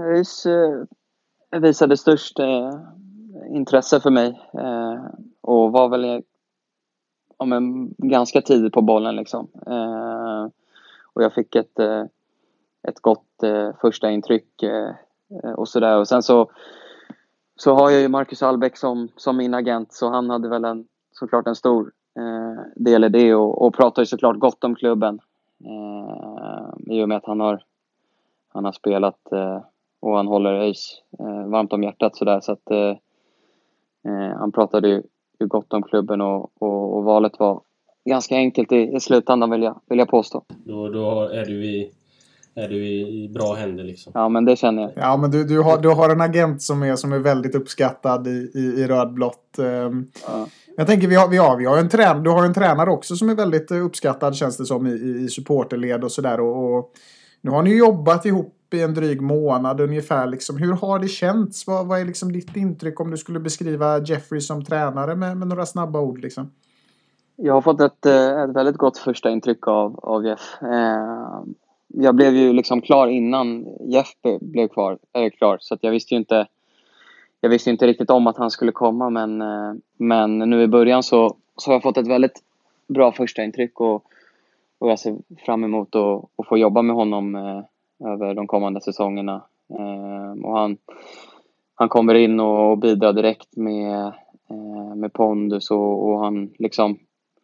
eh, visade störst eh, intresse för mig eh, och var väl ja, men, ganska tidigt på bollen liksom. Eh, och jag fick ett, eh, ett gott eh, första intryck eh, och sådär. Och sen så, så har jag ju Marcus Albeck som, som min agent, så han hade väl en, såklart en stor eh, del i det och, och pratar ju såklart gott om klubben eh, i och med att han har han har spelat eh, och han håller ÖIS eh, varmt om hjärtat sådär, så att eh, eh, han pratade ju, ju gott om klubben och, och, och valet var ganska enkelt i, i slutändan, vill jag, vill jag påstå. Då, då är du i Är du i, i bra händer liksom? Ja, men det känner jag. Ja, men du, du, har, du har en agent som är, som är väldigt uppskattad i, i, i rödblått. Um, ja. Jag tänker, vi har, vi har, vi har en trän, du har en tränare också som är väldigt uppskattad, känns det som, i, i supporterled och sådär. Och, och nu har ni jobbat ihop i en dryg månad ungefär. Liksom. Hur har det känts? Vad, vad är liksom ditt intryck om du skulle beskriva Jeffrey som tränare med, med några snabba ord? Liksom? Jag har fått ett, ett väldigt gott första intryck av, av Jeff. Eh, jag blev ju liksom klar innan Jeff blev kvar, äh, klar. Så att jag visste ju inte jag visste inte riktigt om att han skulle komma. Men, eh, men nu i början så, så har jag fått ett väldigt bra första intryck. Och, och jag ser fram emot att, att få jobba med honom eh, över de kommande säsongerna. Eh, och han, han kommer in och bidrar direkt med, eh, med pondus. Och, och han liksom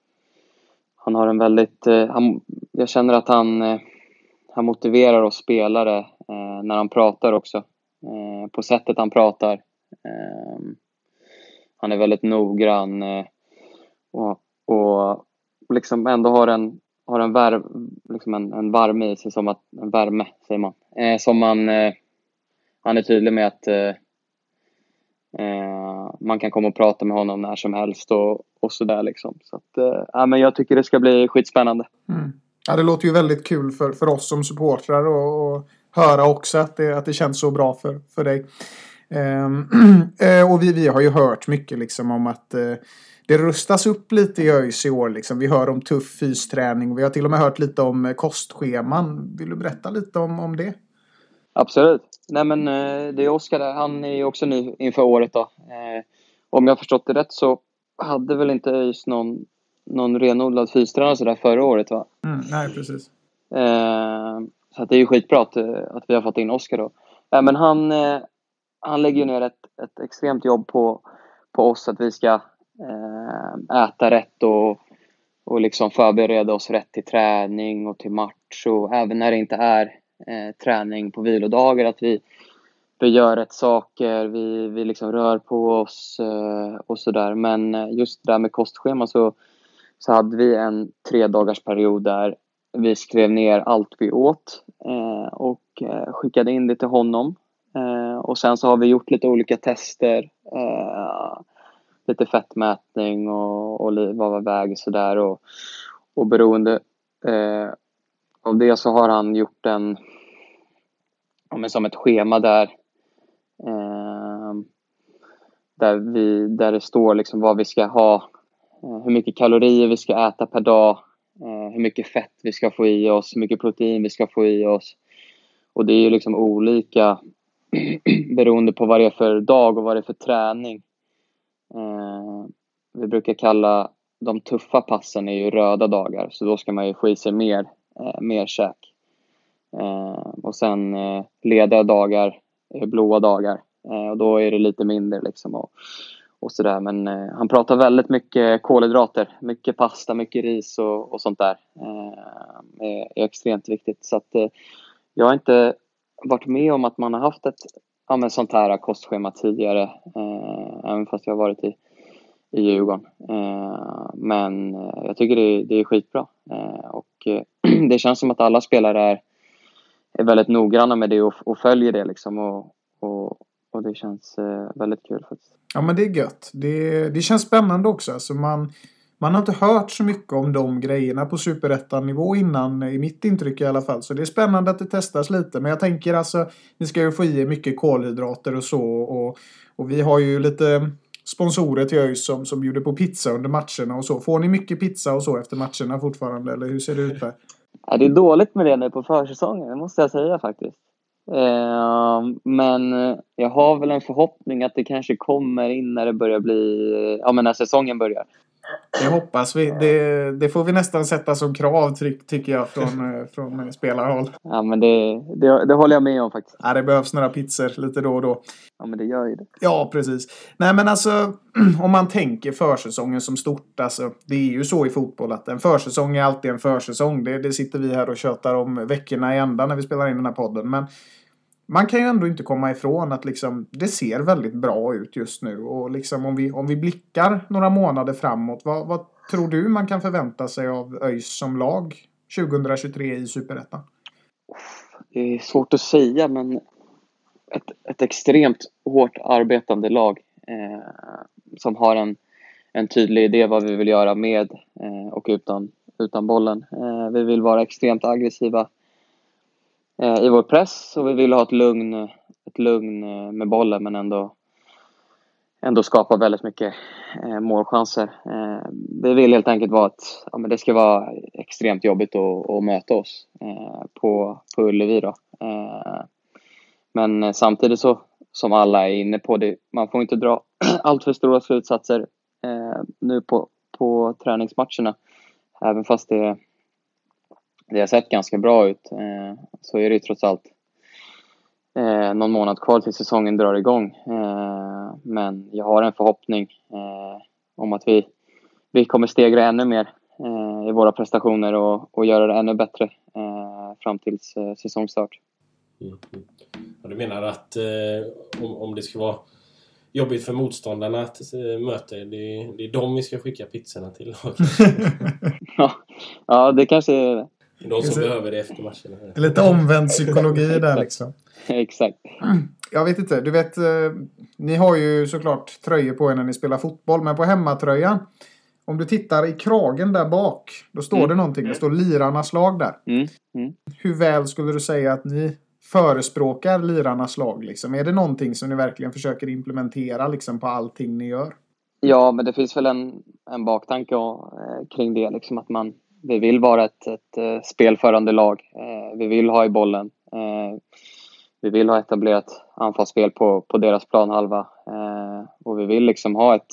Han har en väldigt eh, han, jag känner att han eh, Han motiverar oss spelare eh, när han pratar också. Eh, på sättet han pratar. Eh, han är väldigt noggrann. Eh, och, och liksom ändå har en, har en, vär, liksom en, en värme i sig. Som att, en värme, säger man. Eh, som man, eh, han är tydlig med att eh, eh, man kan komma och prata med honom när som helst. Och, och sådär liksom. Så att, eh, ja, men jag tycker det ska bli skitspännande. Mm. Ja, det låter ju väldigt kul för, för oss som supportrar och, och höra också att det, att det känns så bra för, för dig. Um, och vi, vi har ju hört mycket liksom om att uh, det rustas upp lite i ÖIS i år. Liksom. Vi hör om tuff fysträning. Vi har till och med hört lite om kostscheman. Vill du berätta lite om, om det? Absolut. Nej, men uh, det är Oskar där. Han är ju också ny inför året då. Uh, om jag har förstått det rätt så hade väl inte ÖIS någon någon renodlad fystränare så där förra året, va? Mm, nej, precis. Eh, så att det är ju skitbra att, att vi har fått in Oskar då. Eh, men han, eh, han lägger ju ner ett, ett extremt jobb på, på oss att vi ska eh, äta rätt och, och liksom förbereda oss rätt till träning och till match. Och även när det inte är eh, träning på vilodagar, att vi, vi gör rätt saker, vi, vi liksom rör på oss eh, och sådär. Men just det där med kostschema så Så hade vi en tre dagars period där vi skrev ner allt vi åt eh, och eh, skickade in det till honom. Eh, och sen så har vi gjort lite olika tester. Eh, lite fettmätning och, och vad var väg och sådär. Och, och beroende eh, av det så har han gjort en ja, men som ett schema där eh, där, vi, där det står liksom vad vi ska ha. Hur mycket kalorier vi ska äta per dag. Hur mycket fett vi ska få i oss. Hur mycket protein vi ska få i oss. Och det är ju liksom olika beroende på vad det är för dag och vad det är för träning. Eh, vi brukar kalla de tuffa passen är ju röda dagar. Så då ska man ju få i sig mer, eh, mer käk. Eh, och sen eh, lediga dagar är blåa dagar. Eh, och då är det lite mindre liksom. Och, och sådär. Men eh, han pratar väldigt mycket kolhydrater. Mycket pasta, mycket ris och, och sånt där. Eh, är, är extremt viktigt. Så att eh, jag har inte varit med om att man har haft ett ja, men sånt här kostschema tidigare. Eh, även fast jag har varit i, i Djurgården. Eh, men eh, jag tycker det, det är skitbra. Eh, och eh, det känns som att alla spelare är, är väldigt noggranna med det och, och följer det liksom. Och, och, och det känns eh, väldigt kul faktiskt. Ja, men det är gött. Det, det känns spännande också. Alltså man, man har inte hört så mycket om de grejerna på superettan-nivå innan, i mitt intryck i alla fall. Så det är spännande att det testas lite. Men jag tänker alltså, ni ska ju få i mycket kolhydrater och så. Och, och vi har ju lite sponsorer till ÖIS som, som bjuder på pizza under matcherna och så. Får ni mycket pizza och så efter matcherna fortfarande? Eller hur ser det ut där? Ja, det är dåligt med det nu på försäsongen, det måste jag säga faktiskt. Eh, men jag har väl en förhoppning att det kanske kommer in när det börjar bli, ja men när säsongen börjar. Det hoppas vi. Det, det får vi nästan sätta som krav ty- tycker jag från, från spelarhåll. Ja men det, det, det håller jag med om faktiskt. Ja, det behövs några pizzor lite då och då. Ja men det gör ju det. Ja, precis. Nej men alltså, om man tänker försäsongen som stort, alltså, det är ju så i fotboll att en försäsong är alltid en försäsong. Det, det sitter vi här och tjötar om veckorna i ända när vi spelar in den här podden. Men man kan ju ändå inte komma ifrån att liksom, det ser väldigt bra ut just nu. Och liksom, om, vi, om vi blickar några månader framåt, vad, vad tror du man kan förvänta sig av ÖIS som lag tjugohundratjugotre i Superettan? Det är svårt att säga, men ett, ett extremt hårt arbetande lag eh, som har en, en tydlig idé vad vi vill göra med eh, och utan, utan bollen. Eh, vi vill vara extremt aggressiva i vår press och vi vill ha ett lugn, ett lugn med bollen men ändå, ändå skapa väldigt mycket eh, målchanser. Eh, vi vill helt enkelt vara att ja, men det ska vara extremt jobbigt att, att möta oss eh, på, på Ullevi då. Eh, men samtidigt så som alla är inne på det, man får inte dra allt för stora slutsatser eh, nu på, på träningsmatcherna. Även fast det Det har sett ganska bra ut. Eh, så är det ju trots allt eh, någon månad kvar till säsongen drar igång. Eh, men jag har en förhoppning eh, om att vi, vi kommer stegra ännu mer eh, i våra prestationer och, och göra det ännu bättre eh, fram till eh, säsongstart. Mm. Ja, du menar att eh, om, om det ska vara jobbigt för motståndarna att eh, möta det, det är de vi ska skicka pizzorna till? ja, ja, det kanske är de som behöver det efter matchen. Lite omvänd psykologi där liksom. Exakt. Jag vet inte, du vet, ni har ju såklart tröjor på er när ni spelar fotboll, men på hemmatröjan, om du tittar i kragen där bak, då står mm. det någonting, det står lirarnas lag där. Mm. Mm. Hur väl skulle du säga att ni förespråkar lirarnas lag liksom? Är det någonting som ni verkligen försöker implementera liksom på allting ni gör? Ja, men det finns väl en, en baktanke och, eh, kring det liksom, att man vi vill vara ett, ett, ett spelförande lag. Eh, vi vill ha i bollen. Eh, vi vill ha etablerat anfallsspel på, på deras planhalva. Eh, och vi vill liksom ha ett,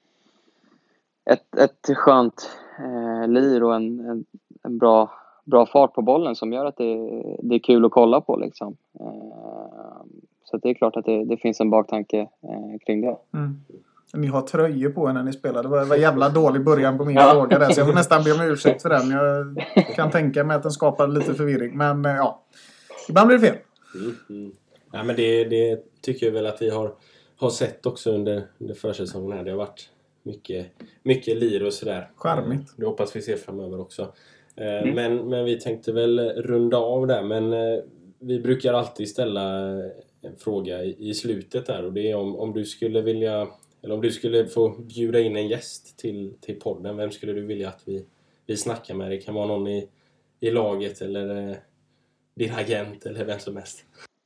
ett, ett skönt eh, lir och en, en, en bra, bra fart på bollen som gör att det, det är kul att kolla på. Liksom. Eh, så det är klart att det, det finns en baktanke eh, kring det. Mm. Ni har tröjor på er när ni spelar. Det var en jävla dålig början på min ja. fråga där. Så jag får nästan be om ursäkt för den. Jag kan tänka mig att den skapar lite förvirring. Men ja, ibland blir det fel. Mm, mm. Ja, men det, det tycker jag väl att vi har, har sett också under, under försäsongen här. Det har varit mycket, mycket lir och sådär. Charmigt. Det hoppas vi ser framöver också. Mm. Men, men vi tänkte väl runda av där. Men vi brukar alltid ställa en fråga i, i slutet där. Och det är om, om du skulle vilja... Eller om du skulle få bjuda in en gäst till, till podden, vem skulle du vilja att vi, vi snackar med? Det kan vara någon i, i laget eller eh, din agent eller vem som helst.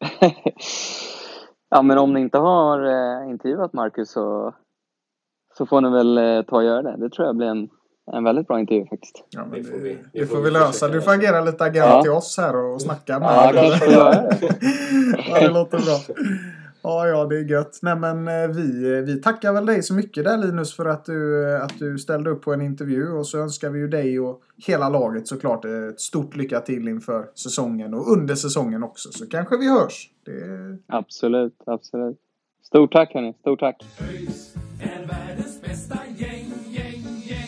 Ja, men om ni inte har eh, intervjuat Marcus så, så får ni väl eh, ta och göra det. Det tror jag blir en, en väldigt bra intervju faktiskt. Ja, men Det får det, vi- det, det får får vi vi lösa. försöka Du får lösa. agera lite agent Ja. till oss här och snacka med Ja, honom. kanske får göra det. Ja, det låter bra. Ja, ja, det är gött. Nej, men eh, vi, vi tackar väl dig så mycket där, Linus, för att du, att du ställde upp på en intervju. Och så önskar vi ju dig och hela laget såklart ett stort lycka till inför säsongen och under säsongen också. Så kanske vi hörs. Det... Absolut, absolut. Stort tack hörni, stort tack. ÖIS är världens bästa gäng, gäng, gäng.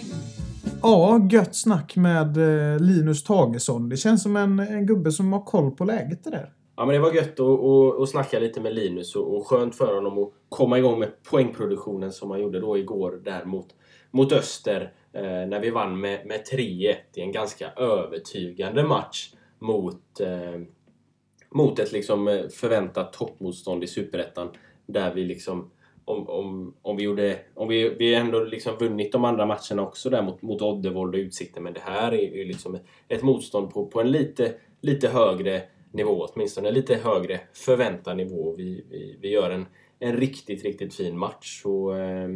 Ja, gött snack med eh, Linus Tagesson. Det känns som en, en gubbe som har koll på läget det där. Ja, men det var gött att, att, att snacka lite med Linus och, och skönt för honom att komma igång med poängproduktionen som han gjorde då igår där mot, mot Öster eh, när vi vann med, med tre ett i en ganska övertygande match mot, eh, mot ett liksom förväntat toppmotstånd i Superettan där vi liksom om, om, om vi gjorde om vi, vi ändå liksom vunnit de andra matcherna också där mot, mot Oddevold och Utsikten, men det här är ju liksom ett, ett motstånd på, på en lite, lite högre nivå, åtminstone lite högre förväntad nivå. Vi, vi, vi gör en, en riktigt, riktigt fin match. Så eh,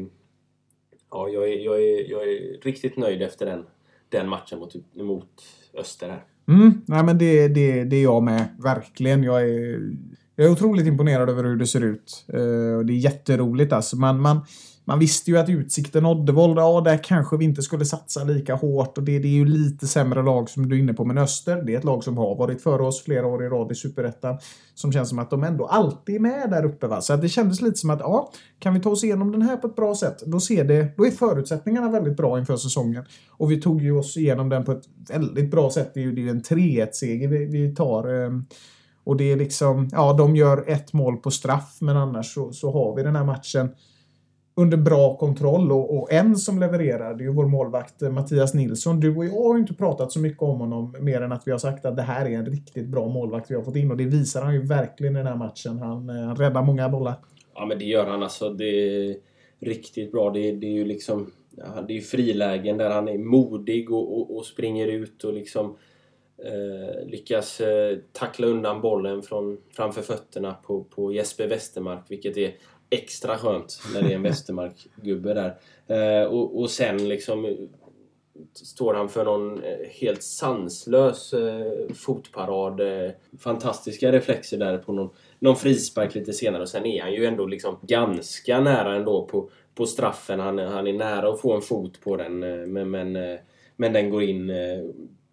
ja, jag är, jag, är, jag är riktigt nöjd efter den, den matchen mot, mot Öster här. Mm, nej men det, det, det är jag med, verkligen. Jag är, jag är otroligt imponerad över hur det ser ut. Uh, och det är jätteroligt alltså. Man, man, man visste ju att Utsikten Oddevold, ja där kanske vi inte skulle satsa lika hårt. Och det, det är ju lite sämre lag som du är inne på med Öster. Det är ett lag som har varit före oss flera år i rad i Superettan. Som känns som att de ändå alltid är med där uppe. Va? Så att det kändes lite som att ja, kan vi ta oss igenom den här på ett bra sätt. Då, ser det, då är förutsättningarna väldigt bra inför säsongen. Och vi tog ju oss igenom den på ett väldigt bra sätt. Det är ju, det är ju en tre ett-seger vi, vi tar. Um, och det är liksom, ja de gör ett mål på straff. Men annars så, så har vi den här matchen under bra kontroll och, och en som levererar, det är ju vår målvakt Mattias Nilsson. Du och jag har ju inte pratat så mycket om honom mer än att vi har sagt att det här är en riktigt bra målvakt vi har fått in, och det visar han ju verkligen i den här matchen. Han, han räddar många bollar. Ja, men det gör han alltså. Det är riktigt bra. Det, det är ju liksom ja, det är ju frilägen där han är modig och, och, och springer ut och liksom eh, lyckas eh, tackla undan bollen från framför fötterna på, på Jesper Westermark, vilket är extra skönt när det är en Westermark-gubbe där. Eh, och, och sen liksom står han för någon helt sanslös eh, fotparad. Eh, fantastiska reflexer där på någon, någon frispark lite senare. Och sen är han ju ändå liksom ganska nära ändå på, på straffen. Han, han är nära att få en fot på den. Eh, men, men, eh, men den går in. Eh,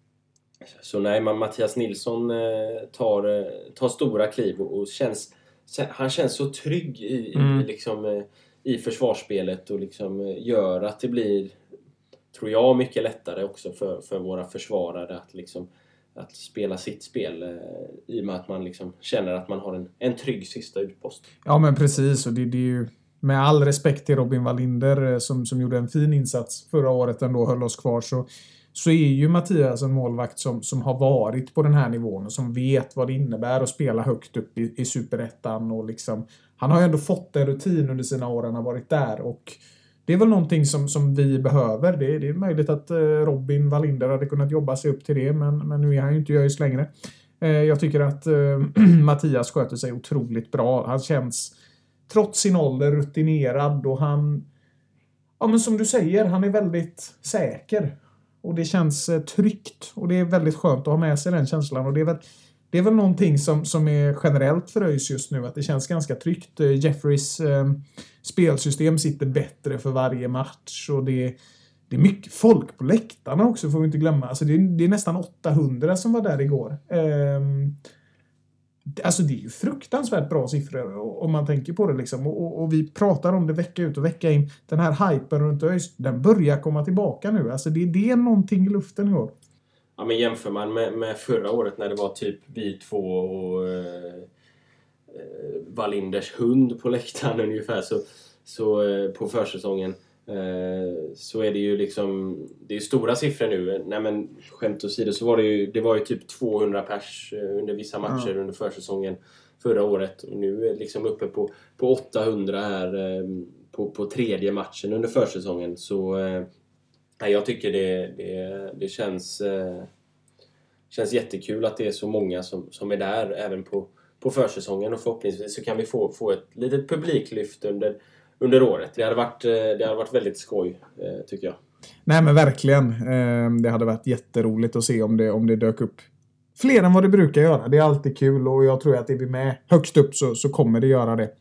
så nej, man, Mattias Nilsson eh, tar, eh, tar stora kliv och, och känns... Han känns så trygg i, mm. i, liksom, i försvarsspelet och liksom gör att det blir, tror jag, mycket lättare också för, för våra försvarare att, liksom, att spela sitt spel eh, i och med att man liksom känner att man har en, en trygg sista utpost. Ja men precis, och det, det är ju med all respekt till Robin Wallinder som, som gjorde en fin insats förra året ändå, höll oss kvar, så så är ju Mattias en målvakt som, som har varit på den här nivån och som vet vad det innebär att spela högt upp i, i Superettan. Och liksom, han har ju ändå fått en rutin under sina år han har varit där, och det är väl någonting som, som vi behöver. Det, det är möjligt att eh, Robin Wallinder hade kunnat jobba sig upp till det, men, men nu är han ju inte ÖIS längre. Eh, jag tycker att eh, Mattias sköter sig otroligt bra. Han känns, trots sin ålder, rutinerad, och han, ja men som du säger, han är väldigt säker. Och det känns eh, tryggt. Och det är väldigt skönt att ha med sig den känslan. Och det är väl, det är väl någonting som, som är generellt för ÖIS just nu. Att det känns ganska tryggt. Eh, Jeffreys eh, spelsystem sitter bättre för varje match. Och det, det är mycket folk på läktarna också, får vi inte glömma. Alltså det, är, det är nästan åttahundra som var där igår. Eh, Alltså det är ju fruktansvärt bra siffror om man tänker på det liksom. Och, och, och vi pratar om det vecka ut och vecka in. Den här hypen runt ÖIS, den börjar komma tillbaka nu. Alltså det, det är någonting i luften i år. Ja, men jämför man med, med förra året när det var typ vi två och eh, Wallinders hund på läktaren ungefär, så, så eh, på försäsongen så är det ju liksom, det är stora siffror nu. Nej men skämt åsido, så var det ju, det var ju typ tvåhundra pers under vissa matcher mm. under försäsongen förra året, och nu är det liksom uppe på, på åttahundra här på, på tredje matchen under försäsongen. Så nej, jag tycker det, det, det känns känns jättekul att det är så många som, som är där även på, på försäsongen, och förhoppningsvis så kan vi få, få ett litet publiklyft under under året. Det hade varit, det hade varit väldigt skoj, tycker jag. Nej men verkligen. Det hade varit jätteroligt att se om det, om det dök upp fler än vad det brukar göra. Det är alltid kul och jag tror att det blir med högst upp så, så kommer det göra det.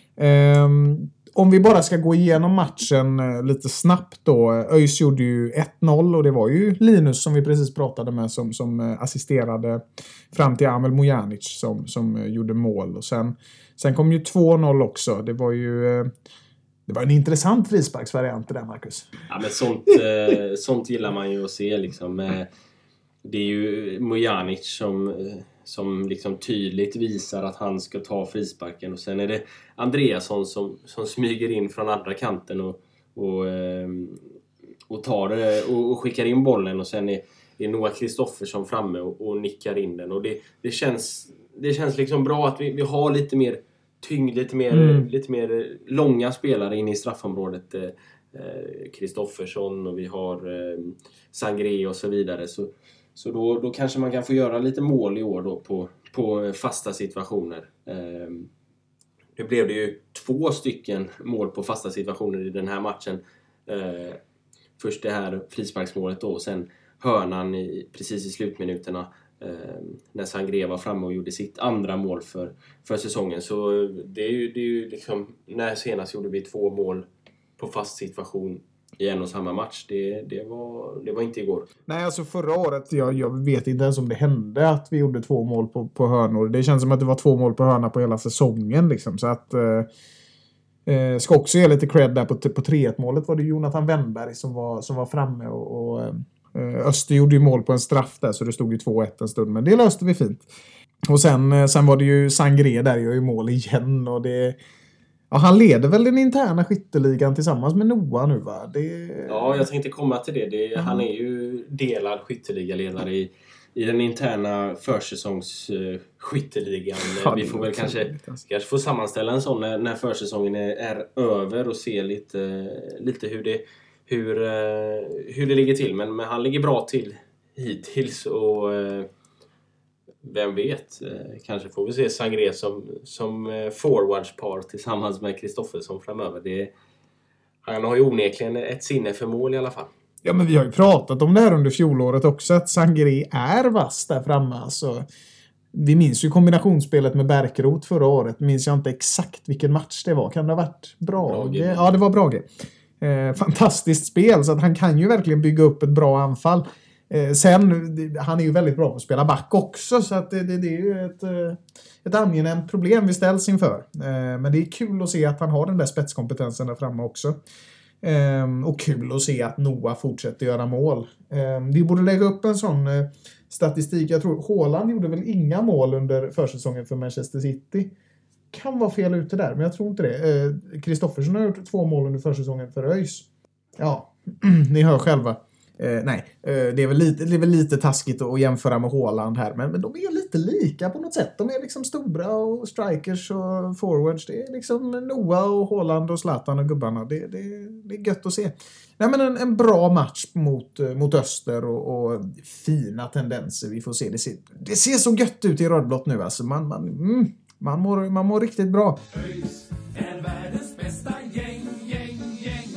Um, om vi bara ska gå igenom matchen lite snabbt då. ÖIS gjorde ju ett noll och det var ju Linus som vi precis pratade med som, som assisterade fram till Amel Mojanic som, som gjorde mål. Och sen, sen kom ju två noll också. Det var ju... Det var en intressant frisparksvariant där, Marcus. Ja, men sånt, eh, sånt gillar man ju att se liksom. Eh, det är ju Mojanic som, eh, som liksom tydligt visar att han ska ta frisparken. Och sen är det Andreasson som, som smyger in från andra kanten och, och, eh, och tar det och, och skickar in bollen. Och sen är, är Noah Kristoffersson framme och, och nickar in den. Och det, det, känns, det känns liksom bra att vi, vi har lite mer tyngd, lite mer, mm. lite mer långa spelare in i straffområdet. Kristoffersson eh, och vi har eh, Sangré och så vidare. Så, så då, då kanske man kan få göra lite mål i år då på, på fasta situationer. Eh, det blev det ju två stycken mål på fasta situationer i den här matchen. Eh, först det här frisparksmålet då och sen hörnan i, precis i slutminuterna. Eh, när Sangré var framme och gjorde sitt andra mål för, för säsongen. Så det är ju, det är ju liksom, när senast gjorde vi två mål på fast situation i en och samma match. Det, det, var, det var inte igår. Nej, alltså förra året, jag, jag vet inte ens om det hände att vi gjorde två mål på, på hörnor. Det känns som att det var två mål på hörna på hela säsongen liksom. Så att eh, ska också ge lite cred där på, på tre ett målet var det Jonathan Wennberg som var, som var framme och, och Öster gjorde ju mål på en straff där så det stod ju två ett en stund, men det löste vi fint. Och sen, sen var det ju Sangré där gör ju mål igen och det... Ja, han leder väl den interna skytteligan tillsammans med Noah nu va? Det... Ja, jag tänkte komma till det. det mm. Han är ju delad skytteligaledare i, i den interna försäsongs uh, skytteligan. Ja, vi får väl kanske, kanske få sammanställa en sån när, när försäsongen är, är över och se lite, lite hur det Hur, hur det ligger till. Men, men han ligger bra till hittills. Och vem vet. Kanske får vi se Sangré som, som forwardspar tillsammans med Kristoffersson framöver. Det, han har ju onekligen ett sinne för mål i alla fall. Ja, men vi har ju pratat om det här under fjolåret också. Att Sangré är vass där framme. Alltså, vi minns ju kombinationsspelet med Bärkrot förra året. Minns jag inte exakt vilken match det var. Kan det ha varit Brage? Brage. Ja, det var Brage. Eh, fantastiskt spel så att han kan ju verkligen bygga upp ett bra anfall. Eh, sen, det, han är ju väldigt bra på att spela back också så att det, det, det är ju ett, ett angenämt problem vi ställs inför. Eh, men det är kul att se att han har den där spetskompetensen där framme också. Eh, och kul att se att Noah fortsätter göra mål. Eh, vi borde lägga upp en sån eh, statistik. Jag tror Haaland gjorde väl inga mål under försäsongen för Manchester City. Kan vara fel ute där, men jag tror inte det. Kristoffersson eh, har gjort två mål under försäsongen för ÖIS. Ja, ni hör själva. Eh, nej, eh, det, är väl lite, det är väl lite taskigt att jämföra med Haaland här, men, men de är lite lika på något sätt. De är liksom stora och strikers och forwards. Det är liksom Noah och Haaland och Zlatan och gubbarna. Det, det, det är gött att se. Nej, men en, en bra match mot, mot Öster och, och fina tendenser. Vi får se. Det ser, det ser så gött ut i rödblått nu. Alltså man... man mm. Man mår, man mår riktigt bra. ÖIS är världens bästa gäng, gäng, gäng.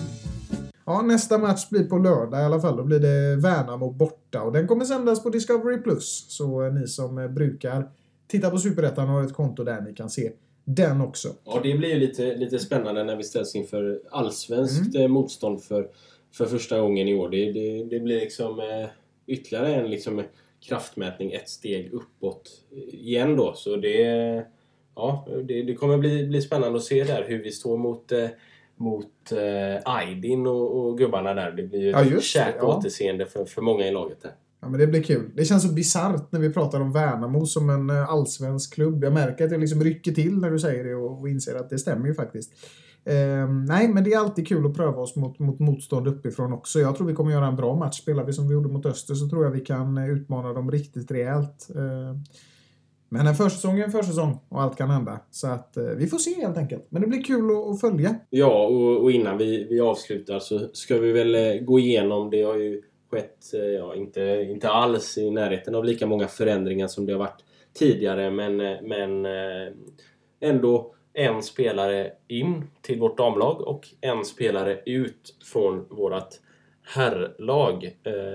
Ja, nästa match blir på lördag i alla fall. Då blir det Värnamo borta. Och den kommer sändas på Discovery Plus. Så ni som brukar titta på Superettan har ett konto där ni kan se den också. Ja, det blir ju lite, lite spännande när vi ställs inför allsvenskt mm. motstånd för, för första gången i år. Det, det, det blir liksom eh, ytterligare en liksom, kraftmätning, ett steg uppåt igen då. Så det... Ja, det, det kommer bli, bli spännande att se där hur vi står mot, eh, mot eh, Aydin och, och gubbarna där. Det blir ju ja, ett kärt ja. återseende för, för många i laget där. Ja, men det blir kul. Det känns så bizarrt när vi pratar om Värnamo som en allsvensk klubb. Jag märker att jag liksom rycker till när du säger det och, och inser att det stämmer ju faktiskt. Eh, nej, men det är alltid kul att pröva oss mot, mot motstånd uppifrån också. Jag tror vi kommer göra en bra match. Spelar vi som vi gjorde mot Öster så tror jag vi kan utmana dem riktigt rejält. Eh, Men en försäsong är en försäsong och allt kan hända. Så att eh, vi får se helt enkelt. Men det blir kul att, att följa. Ja, och, och innan vi, vi avslutar så ska vi väl eh, gå igenom. Det har ju skett, eh, ja, inte, inte alls i närheten av lika många förändringar som det har varit tidigare. Men, men eh, ändå en spelare in till vårt damlag och en spelare ut från vårt herrlag.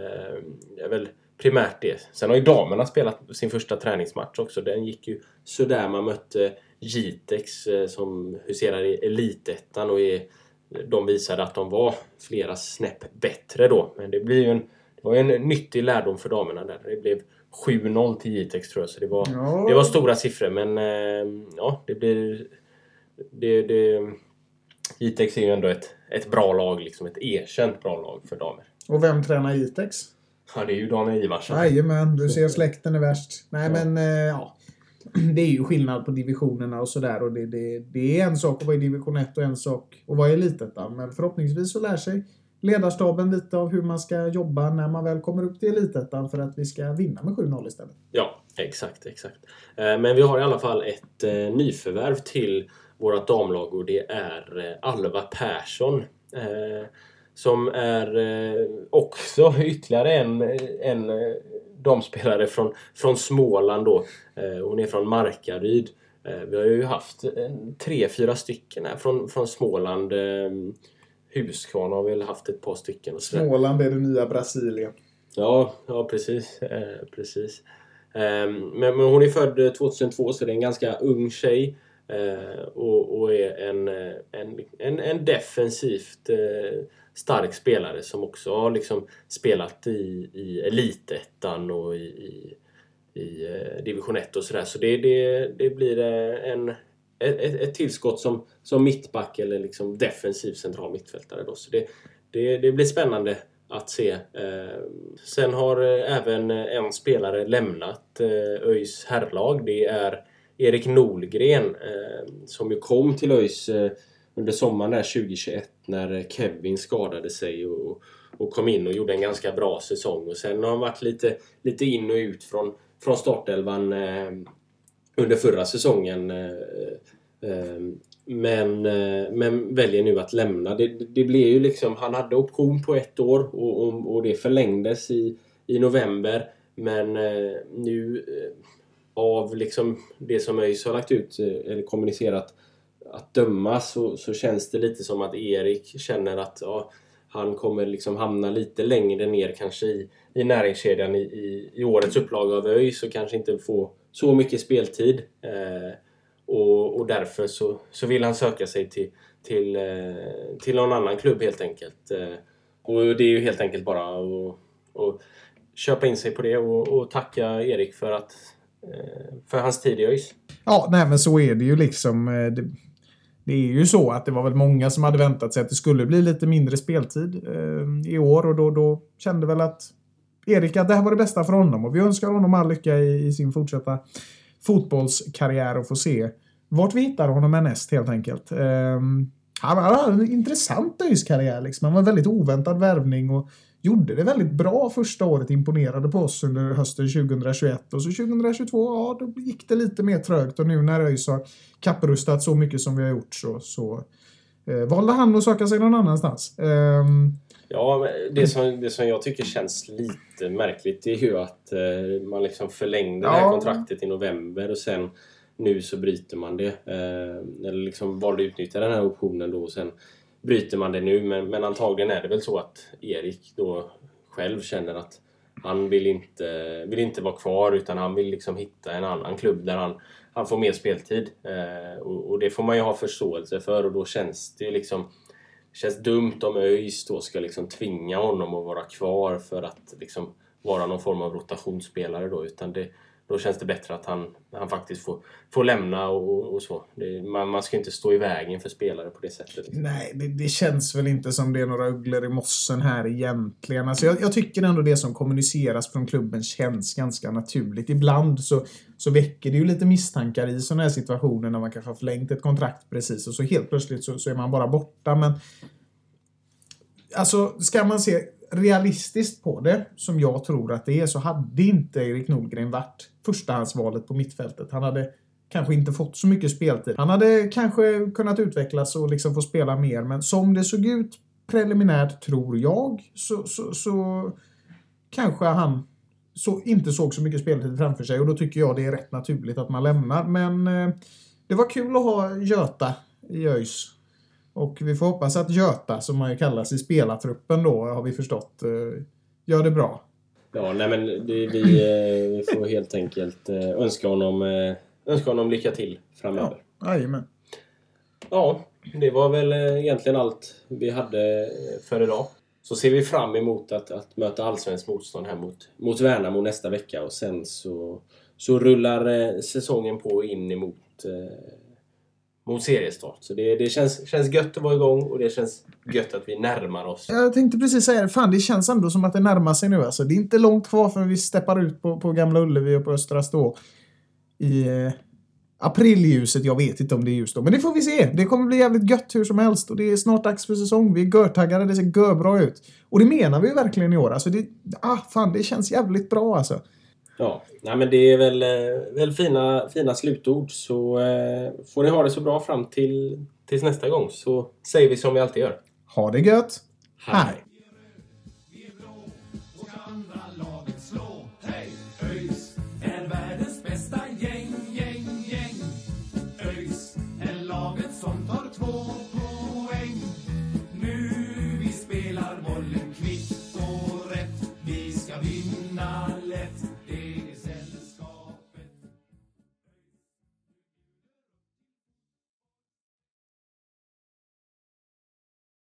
Eh, är väl primärt det. Sen har ju damerna spelat sin första träningsmatch också. Den gick ju sådär. Man mötte Jitex eh, som huserar i elitettan och är, de visade att de var flera snäpp bättre då. Men det blir ju en, det var ju en nyttig lärdom för damerna där. Det blev sju noll till Jitex tror jag. Så det var, ja. det var stora siffror. Men eh, ja, det blir... Det, det, Jitex är ju ändå ett, ett bra lag, liksom ett erkänt bra lag för damer. Och vem tränar Jitex? Ja, det är ju Daniel Ivarsson. Jajamän, du ser släkten är värst. Nej, Ja. men eh, ja. Det är ju skillnad på divisionerna och sådär. Och det, det, det är en sak att vara i division ett och en sak att vara i elitettan. Men förhoppningsvis så lär sig ledarstaben lite av hur man ska jobba när man väl kommer upp till elitettan för att vi ska vinna med sju noll istället. Ja, exakt, exakt. Eh, men vi har i alla fall ett eh, nyförvärv till vårt damlag och det är eh, Alva Persson. Eh, som är eh, också ytterligare en, en eh, damspelare från, från Småland då. Eh, hon är från Markaryd. Eh, vi har ju haft eh, tre, fyra stycken här från, från Småland. Eh, Huskvarn har väl haft ett par stycken. Och så Småland är det nya Brasilien. Ja, ja precis. Eh, precis. Eh, men, men hon är född tjugohundratvå så det är en ganska ung tjej. Eh, och, och är en, en, en, en defensivt eh, stark spelare som också har liksom spelat i, i elitettan och i, i, i eh, division ett och sådär. Så det, det, det blir en, ett, ett tillskott som, som mittback eller liksom defensiv central mittfältare då. Så det, det, det blir spännande att se. Eh, sen har eh, även en spelare lämnat eh, ÖIS herrlag. Det är Erik Nolgren eh, som ju kom till ÖIS eh, under sommaren där tjugohundratjugoett när Kevin skadade sig och, och kom in och gjorde en ganska bra säsong. Och sen har han varit lite, lite in och ut från, från startelvan eh, under förra säsongen. Eh, eh, men, eh, men väljer nu att lämna. Det, det blir ju liksom, han hade option på ett år och, och, och det förlängdes i, i november. Men eh, nu... Eh, av liksom det som ÖIS har lagt ut eller kommunicerat att döma så, så känns det lite som att Erik känner att ja, han kommer liksom hamna lite längre ner kanske i, i näringskedjan i, i, i årets upplaga av ÖIS och kanske inte få så mycket speltid eh, och, och därför så, så vill han söka sig till, till, eh, till någon annan klubb helt enkelt eh, och det är ju helt enkelt bara att, att köpa in sig på det och, och tacka Erik för att för hans tid i ÖIS. Ja, nej men så är det ju liksom. Det, det är ju så att det var väl många som hade väntat sig att det skulle bli lite mindre speltid eh, i år. Och då, då kände väl att Erik att det här var det bästa för honom. Och vi önskar honom all lycka i, i sin fortsatta fotbollskarriär och få se vart vi hittar honom näst helt enkelt. Eh, han hade en intressant ÖIS-karriär liksom. Han var en väldigt oväntad värvning och gjorde det väldigt bra första året, imponerade på oss under hösten tjugohundratjugoett och så tjugohundratjugotvå, ja då gick det lite mer trögt och nu när ÖIS har kapprustat så mycket som vi har gjort så, så eh, valde han att söka sig någon annanstans. Um, ja, det som, det som jag tycker känns lite märkligt är ju att eh, man liksom förlängde ja. det här kontraktet i november och sen nu så bryter man det eh, eller liksom valde att utnyttja den här optionen då och sen bryter man det nu, men, men antagligen är det väl så att Erik då själv känner att han vill inte, vill inte vara kvar utan han vill liksom hitta en annan klubb där han, han får mer speltid eh, och, och det får man ju ha förståelse för och då känns det ju liksom känns dumt om ÖIS då ska liksom tvinga honom att vara kvar för att liksom vara någon form av rotationsspelare då utan det då känns det bättre att han, han faktiskt får, får lämna och, och så. Det, man, man ska inte stå i vägen för spelare på det sättet. Liksom. Nej, det, det känns väl inte som det är några ugglor i mossen här egentligen. Alltså jag, jag tycker ändå det som kommuniceras från klubben känns ganska naturligt. Ibland så, så väcker det ju lite misstankar i sådana här situationer när man kanske har förlängt ett kontrakt precis och så helt plötsligt så, så är man bara borta. Men alltså ska man se realistiskt på det, som jag tror att det är, så hade inte Erik Nolgren varit förstahandsvalet på mittfältet. Han hade kanske inte fått så mycket speltid. Han hade kanske kunnat utvecklas och liksom få spela mer, men som det såg ut preliminärt tror jag så, så, så kanske han så inte såg så mycket speltid framför sig och då tycker jag det är rätt naturligt att man lämnar. Men eh, det var kul att ha Göta i ÖIS. Och vi får hoppas att Göta, som man kallas i spelartruppen då, har vi förstått, gör det bra. Ja, nej men det, vi, vi får helt enkelt önska honom, önska honom lycka till framöver. Ja, jajamän. Ja, det var väl egentligen allt vi hade för idag. Så ser vi fram emot att, att möta allsvensk motstånd här mot, mot Värnamo nästa vecka. Och sen så, så rullar säsongen på in emot eh, mot seriestart. Så det, det känns, känns gött att vara igång och det känns gött att vi närmar oss. Jag tänkte precis säga det, fan det känns ändå som att det närmar sig nu. Alltså, det är inte långt kvar för vi steppar ut på, på Gamla Ullevi och på Östra Stå i eh, apriljuset. Jag vet inte om det är ljus då, men det får vi se. Det kommer bli jävligt gött hur som helst och det är snart dags för säsong. Vi är görtaggade, det ser görbra ut. Och det menar vi verkligen i år. Alltså det, ah, fan, det känns jävligt bra alltså. Ja, nej men det är väl, väl fina, fina slutord. Så eh, får ni ha det så bra fram till tills nästa gång. Så säger vi som vi alltid gör. Ha det gött. Hej. Hej.